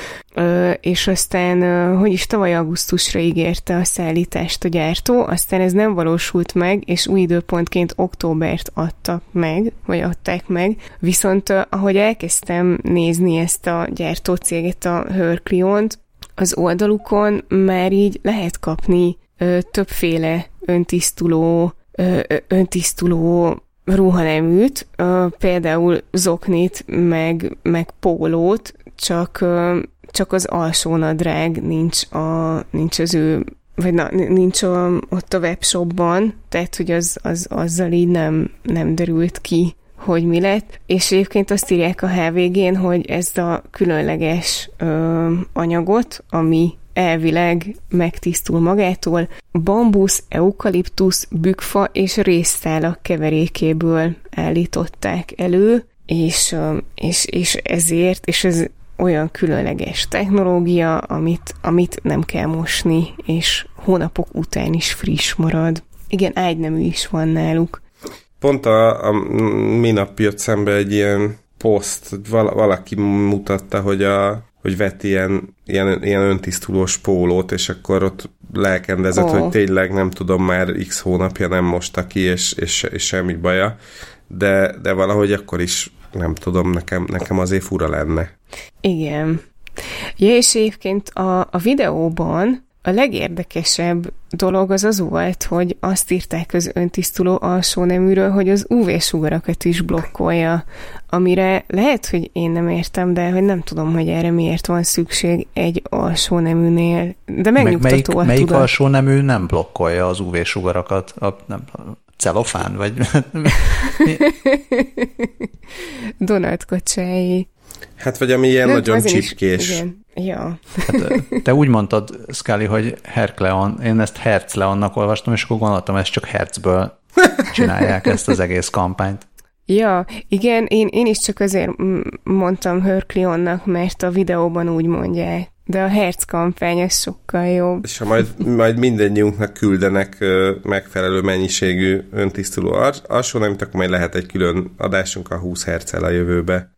és aztán, hogy is tavaly augusztusra ígérte a szállítást a gyártó, aztán ez nem valósult meg, és új időpontként októbert adtak meg, vagy adták meg, viszont ahogy elkezdtem nézni ezt a gyártócéget, a Hercleont, az oldalukon már így lehet kapni ö, többféle öntisztuló, ö, öntisztuló ruhaneműt, ö, például zoknit, meg, meg pólót, csak, ö, csak az alsónadrág nincs, a, nincs az ő, vagy na, nincs a, ott a webshopban, tehát hogy az, az, azzal így nem, nem derült ki, hogy mi lett, és egyébként azt írják a há vé gén, hogy ezt a különleges ö, anyagot, ami elvileg megtisztul magától, bambusz, eukaliptusz, bükkfa és rézszálak keverékéből állították elő, és, ö, és, és ezért, és ez olyan különleges technológia, amit, amit nem kell mosni, és hónapok után is friss marad. Igen, ágynemű is van náluk. Pont a, a minap jött szembe egy ilyen poszt, val, valaki mutatta, hogy, a, hogy vett ilyen, ilyen, ilyen öntisztulós pólót, és akkor ott lelkendezett, oh. hogy tényleg nem tudom, már x hónapja nem mosta ki, és, és, és semmi baja, de, de valahogy akkor is nem tudom, nekem, nekem azért fura lenne. Igen. Ja, és egyébként a, a videóban a legérdekesebb dolog az az volt, hogy azt írták az öntisztuló alsóneműről, hogy az ú vé-sugarakat is blokkolja, amire lehet, hogy én nem értem, de hogy nem tudom, hogy erre miért van szükség egy alsóneműnél. De megnyugtató Meg melyik, melyik alsónemű nem blokkolja az ú vé-sugarakat? A, nem, a celofán? Vagy... Donald kocsái. Hát vagy ami ilyen nem, nagyon csipkés. Is, igen. Ja. Hát, te úgy mondtad, Scully, hogy Hercleon, én ezt Herzleonnak olvastam, és akkor gondoltam, ezt csak Herzből csinálják ezt az egész kampányt. Ja, igen, én, én is csak azért mondtam Hercleonnak, mert a videóban úgy mondják. De a Herz kampány az sokkal jobb. És ha majd, majd mindennyiunknak küldenek ö, megfelelő mennyiségű öntisztuló alsó, nem, akkor majd lehet egy külön adásunk a húsz herccel a jövőbe.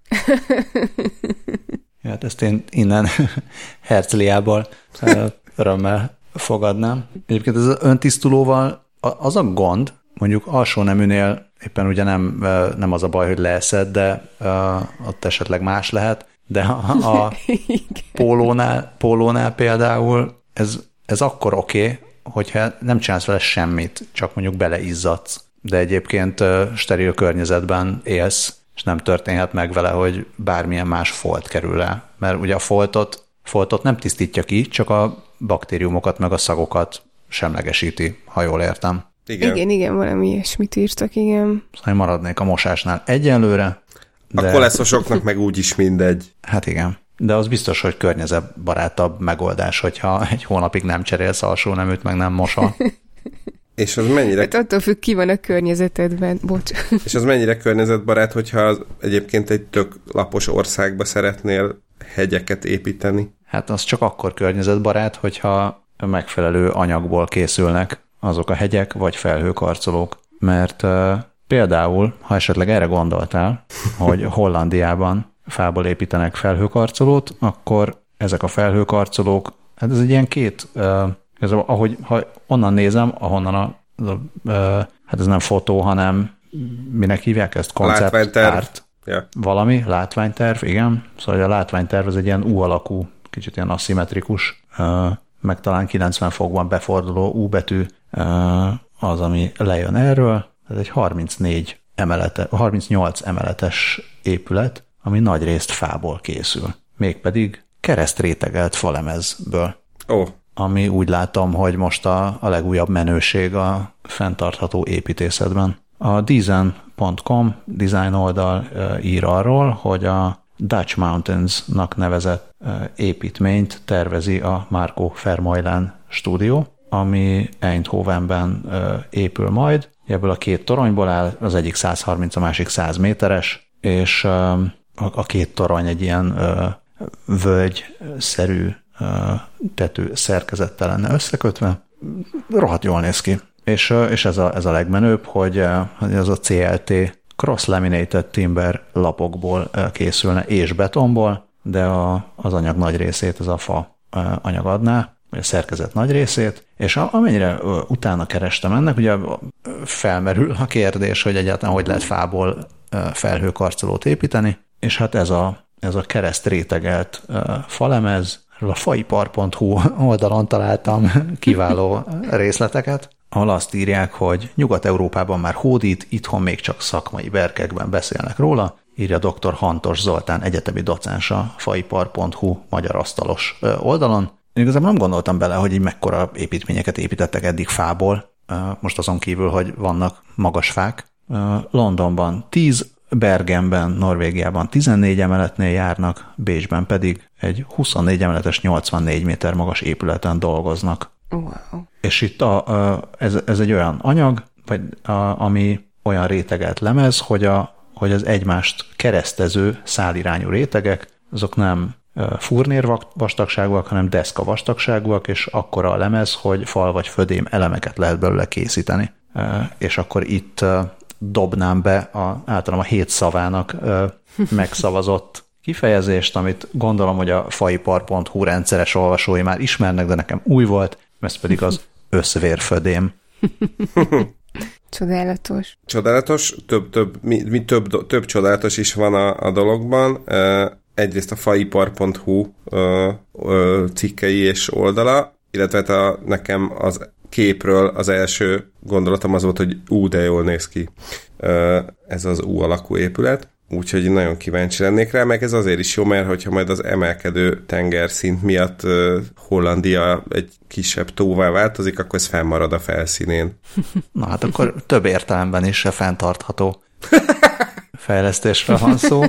Ja, hát ezt én innen Herzliából örömmel fogadnám. Egyébként ez az öntisztulóval az a gond, mondjuk alsó neműnél éppen ugye nem, nem az a baj, hogy leeszed, de uh, ott esetleg más lehet, de a, a pólónál, pólónál például ez, ez akkor oké, okay, hogyha nem csinálsz vele semmit, csak mondjuk beleizzadsz, de egyébként uh, steril környezetben élsz, és nem történhet meg vele, hogy bármilyen más folt kerül rá. Mert ugye a foltot, foltot nem tisztítja ki, csak a baktériumokat meg a szagokat semlegesíti, ha jól értem. Igen, igen, igen, valami ilyesmit írtak, igen. Szóval maradnék a mosásnál egyenlőre. De... A koleszosoknak meg úgyis mindegy. Hát igen. De az biztos, hogy környezetbarátabb megoldás, hogyha egy hónapig nem cserélsz alsó neműt, meg nem mosol. És az mennyire... Hát attól függ, ki van a környezetedben, bocs. És az mennyire környezetbarát, hogyha az egyébként egy tök lapos országba szeretnél hegyeket építeni? Hát az csak akkor környezetbarát, hogyha megfelelő anyagból készülnek azok a hegyek vagy felhőkarcolók. Mert uh, például, ha esetleg erre gondoltál, hogy Hollandiában fából építenek felhőkarcolót, akkor ezek a felhőkarcolók, hát ez egy ilyen két, uh, ez, ahogy ha onnan nézem, ahonnan a, a uh, hát ez nem fotó, hanem minek hívják ezt? Konceptárt. Ja. Valami, látványterv, igen. Szóval a látványterv az egy ilyen U-alakú, kicsit ilyen aszimmetrikus, uh, meg talán kilencven fokban beforduló U betű uh, az, ami lejön erről. Ez egy harmincnégy emelete, harmincnyolc emeletes épület, ami nagyrészt fából készül. Mégpedig keresztrétegelt falemezből. Oh. Ami úgy látom, hogy most a, a legújabb menőség a fenntartható építészetben. A Design pont com design oldal uh, ír arról, hogy a Dutch Mountains-nak nevezett uh, építményt tervezi a Marco Vermeulen stúdió, ami Eindhovenben uh, épül majd. Ebből a két toronyból áll, az egyik száz harminc, a másik száz méteres, és uh, a két torony egy ilyen uh, völgyszerű uh, tető szerkezettel lenne összekötve. Rohadt jól néz ki. És, uh, és ez, a, ez a legmenőbb, hogy uh, ez a cé el té cross-laminated timber lapokból uh, készülne és betonból, de a, az anyag nagy részét ez a fa uh, anyag adná, vagy a szerkezet nagy részét, és amennyire uh, utána kerestem ennek, ugye uh, felmerül a kérdés, hogy egyáltalán hogy lehet fából uh, felhőkarcolót építeni, és hát ez a, ez a keresztrétegelt uh, falemez, a faipar pont hu oldalon találtam kiváló részleteket, ahol azt írják, hogy Nyugat-Európában már hódít, itthon még csak szakmai berkekben beszélnek róla, írja dr. Hantos Zoltán egyetemi docens a faipar pont hu magyar asztalos oldalon. Én igazából nem gondoltam bele, hogy így mekkora építményeket építettek eddig fából, most azon kívül, hogy vannak magas fák. Londonban tíz, Bergenben, Norvégiában tizennégy emeletnél járnak, Bécsben pedig egy huszonnégy emeletes, nyolcvannégy méter magas épületen dolgoznak. Wow. És itt a, a, ez, ez egy olyan anyag, vagy a, ami olyan rétegelt lemez, hogy, a, hogy az egymást keresztező szálirányú rétegek, azok nem furnér vastagságúak, hanem deszka vastagságúak, és akkora a lemez, hogy fal vagy födém elemeket lehet belőle készíteni. És akkor itt dobnám be a, általában a hét szavának megszavazott kifejezést, amit gondolom, hogy a faipar pont hu rendszeres olvasói már ismernek, de nekem új volt, ez pedig az összvérfödém. Csodálatos. Csodálatos, több, több, mi, mi több, több csodálatos is van a, a dologban. Egyrészt a faipar pont hu cikkei és oldala, illetve a, nekem az képről az első gondolatom az volt, hogy ú, de jól néz ki ez az U alakú épület. Úgyhogy nagyon kíváncsi lennék rá, meg ez azért is jó, mert hogyha majd az emelkedő tengerszint miatt uh, Hollandia egy kisebb tóvá változik, akkor ez fennmarad a felszínén. Na hát akkor több értelemben is a fenntartható fejlesztésről van szó.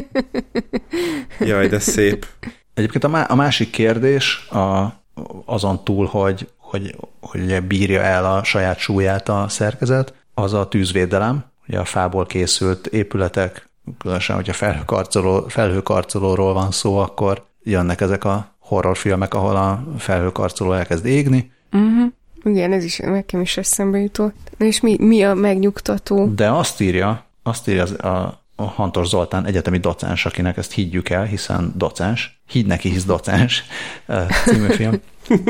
Jaj, de szép. Egyébként a, má- a másik kérdés a, azon túl, hogy, hogy, hogy ugye bírja el a saját súlyát a szerkezet, az a tűzvédelem. Ugye a fából készült épületek, különösen, hogyha felhőkarcoló, felhőkarcolóról van szó, akkor jönnek ezek a horrorfilmek, ahol a felhőkarcoló elkezd égni. Uh-huh. Igen, ez is nekem is eszembe jutott. És mi, mi a megnyugtató? De azt írja, azt írja az, a, a Hantos Zoltán egyetemi docens, akinek ezt higgyük el, hiszen docens, higgy neki, hisz docens című film.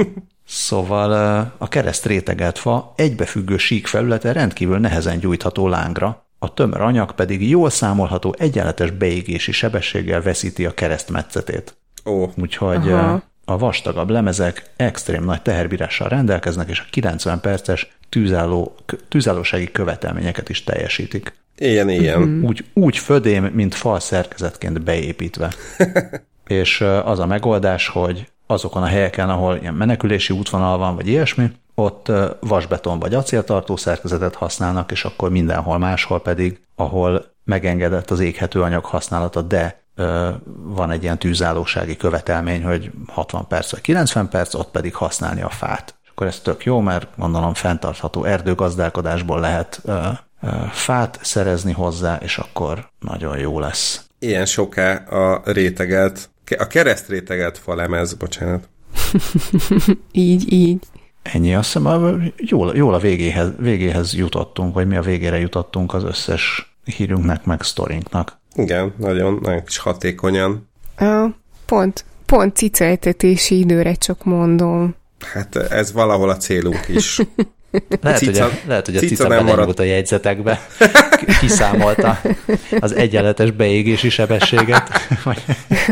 Szóval a kereszt rétegelt fa egybefüggő sík felülete rendkívül nehezen gyújtható lángra, a tömör anyag pedig jól számolható egyenletes beégési sebességgel veszíti a keresztmetszetét. Ó. Úgyhogy Aha. a vastagabb lemezek extrém nagy teherbírással rendelkeznek, és a kilencven perces tűzálló, tűzállósági követelményeket is teljesítik. Ilyen, ilyen. Mm-hmm. Úgy, úgy födém, mint fal szerkezetként beépítve. És az a megoldás, hogy azokon a helyeken, ahol ilyen menekülési útvonal van, vagy ilyesmi, ott vasbeton vagy acéltartó szerkezetet használnak, és akkor mindenhol máshol pedig, ahol megengedett az éghető anyag használata, de ö, van egy ilyen tűzállósági követelmény, hogy hatvan perc vagy kilencven perc, ott pedig használni a fát. És akkor ez tök jó, mert gondolom fenntartható erdőgazdálkodásból lehet ö, ö, fát szerezni hozzá, és akkor nagyon jó lesz. Ilyen soká a rétegelt, a kereszt rétegelt falemez, bocsánat. így, így. Ennyi, azt hiszem, jól, jól a végéhez, végéhez jutottunk, vagy mi a végére jutottunk az összes hírünknek, meg sztorinknak. Igen, nagyon, nagyon kis hatékonyan. Uh, pont, pont cicaetetési időre csak mondom. Hát ez valahol a célunk is. Lehet, cica, hogy a, lehet, hogy a cica, cica belenyúlt a jegyzetekbe, kiszámolta az egyenletes beégési sebességet, vagy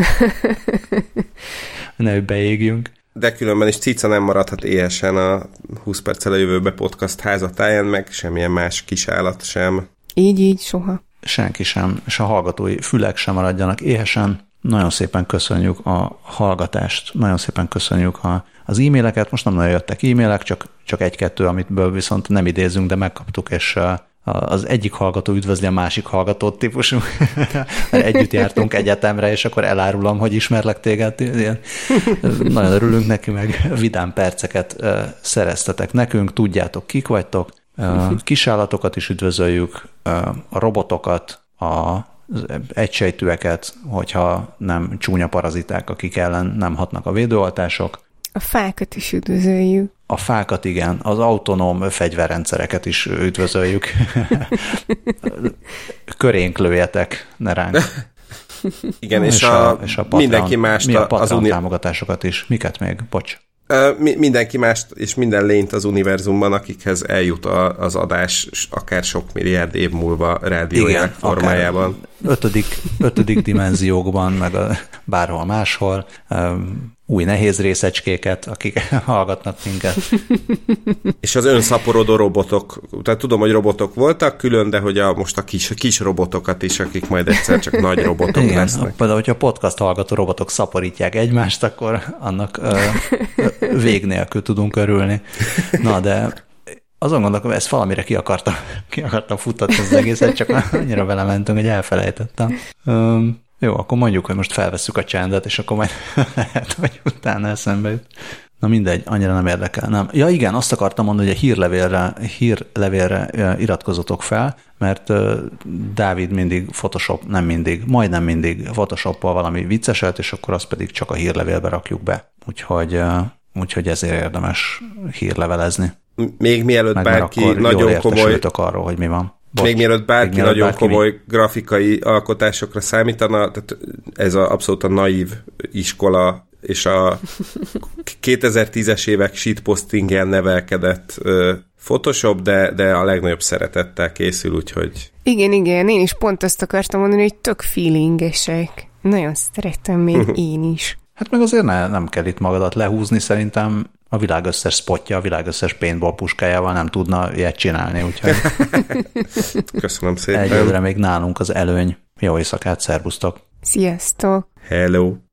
ne, hogy beégjünk. De különben is cica nem maradhat éhesen a húsz perccel a jövőbe podcast házatáján, meg semmilyen más kisállat sem. Így, így, soha. Senki sem, és a hallgatói fülek sem maradjanak éhesen. Nagyon szépen köszönjük a hallgatást, nagyon szépen köszönjük a, az e-maileket. Most nem nagyon jöttek e-mailek, csak, csak egy-kettő, amitből viszont nem idézünk, de megkaptuk, és az egyik hallgató üdvözli a másik hallgatót típusú. Együtt jártunk egyetemre, és akkor elárulom, hogy ismerlek téged. Ilyen. Nagyon örülünk neki, meg vidám perceket szereztetek nekünk, tudjátok, kik vagytok. Kisállatokat is üdvözöljük, a robotokat, a egysejtűeket, hogyha nem csúnya paraziták, akik ellen nem hatnak a védőoltások. A fákat is üdvözöljük. A fákat, igen. Az autonóm fegyverrendszereket is üdvözöljük. Körénk lőjetek, ne ránk. Igen, és, és a, a, és a Patreon, mindenki mást mi a Patreon az uni... támogatásokat is. Miket még? Bocs. Mi, mindenki mást és minden lényt az univerzumban, akikhez eljut a, az adás akár sok milliárd év múlva rádióják formájában. Ötödik, ötödik dimenziókban, meg a, bárhol máshol. Um, új nehéz részecskéket, akik hallgatnak minket. És az önszaporodó robotok, tehát tudom, hogy robotok voltak külön, de hogy a, most a kis, kis robotokat is, akik majd egyszer csak nagy robotok igen, lesznek. Például, hogyha podcast hallgató robotok szaporítják egymást, akkor annak ö, vég nélkül tudunk örülni. Na, de azon gondolom, hogy ezt valamire ki akartam, ki akartam futtatni az egészet, csak annyira belementünk, hogy elfelejtettem. Um, Jó, akkor mondjuk, hogy most felvesszük a csendet, és akkor majd lehet, hogy utána eszembe jut. Na mindegy, annyira nem érdekel. Nem. Ja igen, azt akartam mondani, hogy a hírlevélre, hírlevélre iratkozzatok fel, mert Dávid mindig Photoshop, nem mindig, majdnem mindig Photoshoppal valami vicceset, és akkor azt pedig csak a hírlevélbe rakjuk be. Úgyhogy, úgyhogy ezért érdemes hírlevelezni. Még mielőtt meg bárki nagyon komoly... arról, hogy mi van. Bocs, még mielőtt bárki még nagyon bárki komoly mi... grafikai alkotásokra számítana, tehát ez a abszolút a naív iskola és a kétezer-tízes évek shitpostingjen nevelkedett uh, Photoshop, de, de a legnagyobb szeretettel készül, úgyhogy... Igen, igen, én is pont azt akartam mondani, hogy tök feelingesek. Nagyon szeretem még én is. Hát meg azért ne, nem kell itt magadat lehúzni, szerintem a világ összes spotja, a világ összes paintball puskájával nem tudna ilyet csinálni, úgyhogy... Köszönöm szépen. Egyelőre még nálunk az előny. Jó éjszakát, szervusztok! Sziasztok! Hello!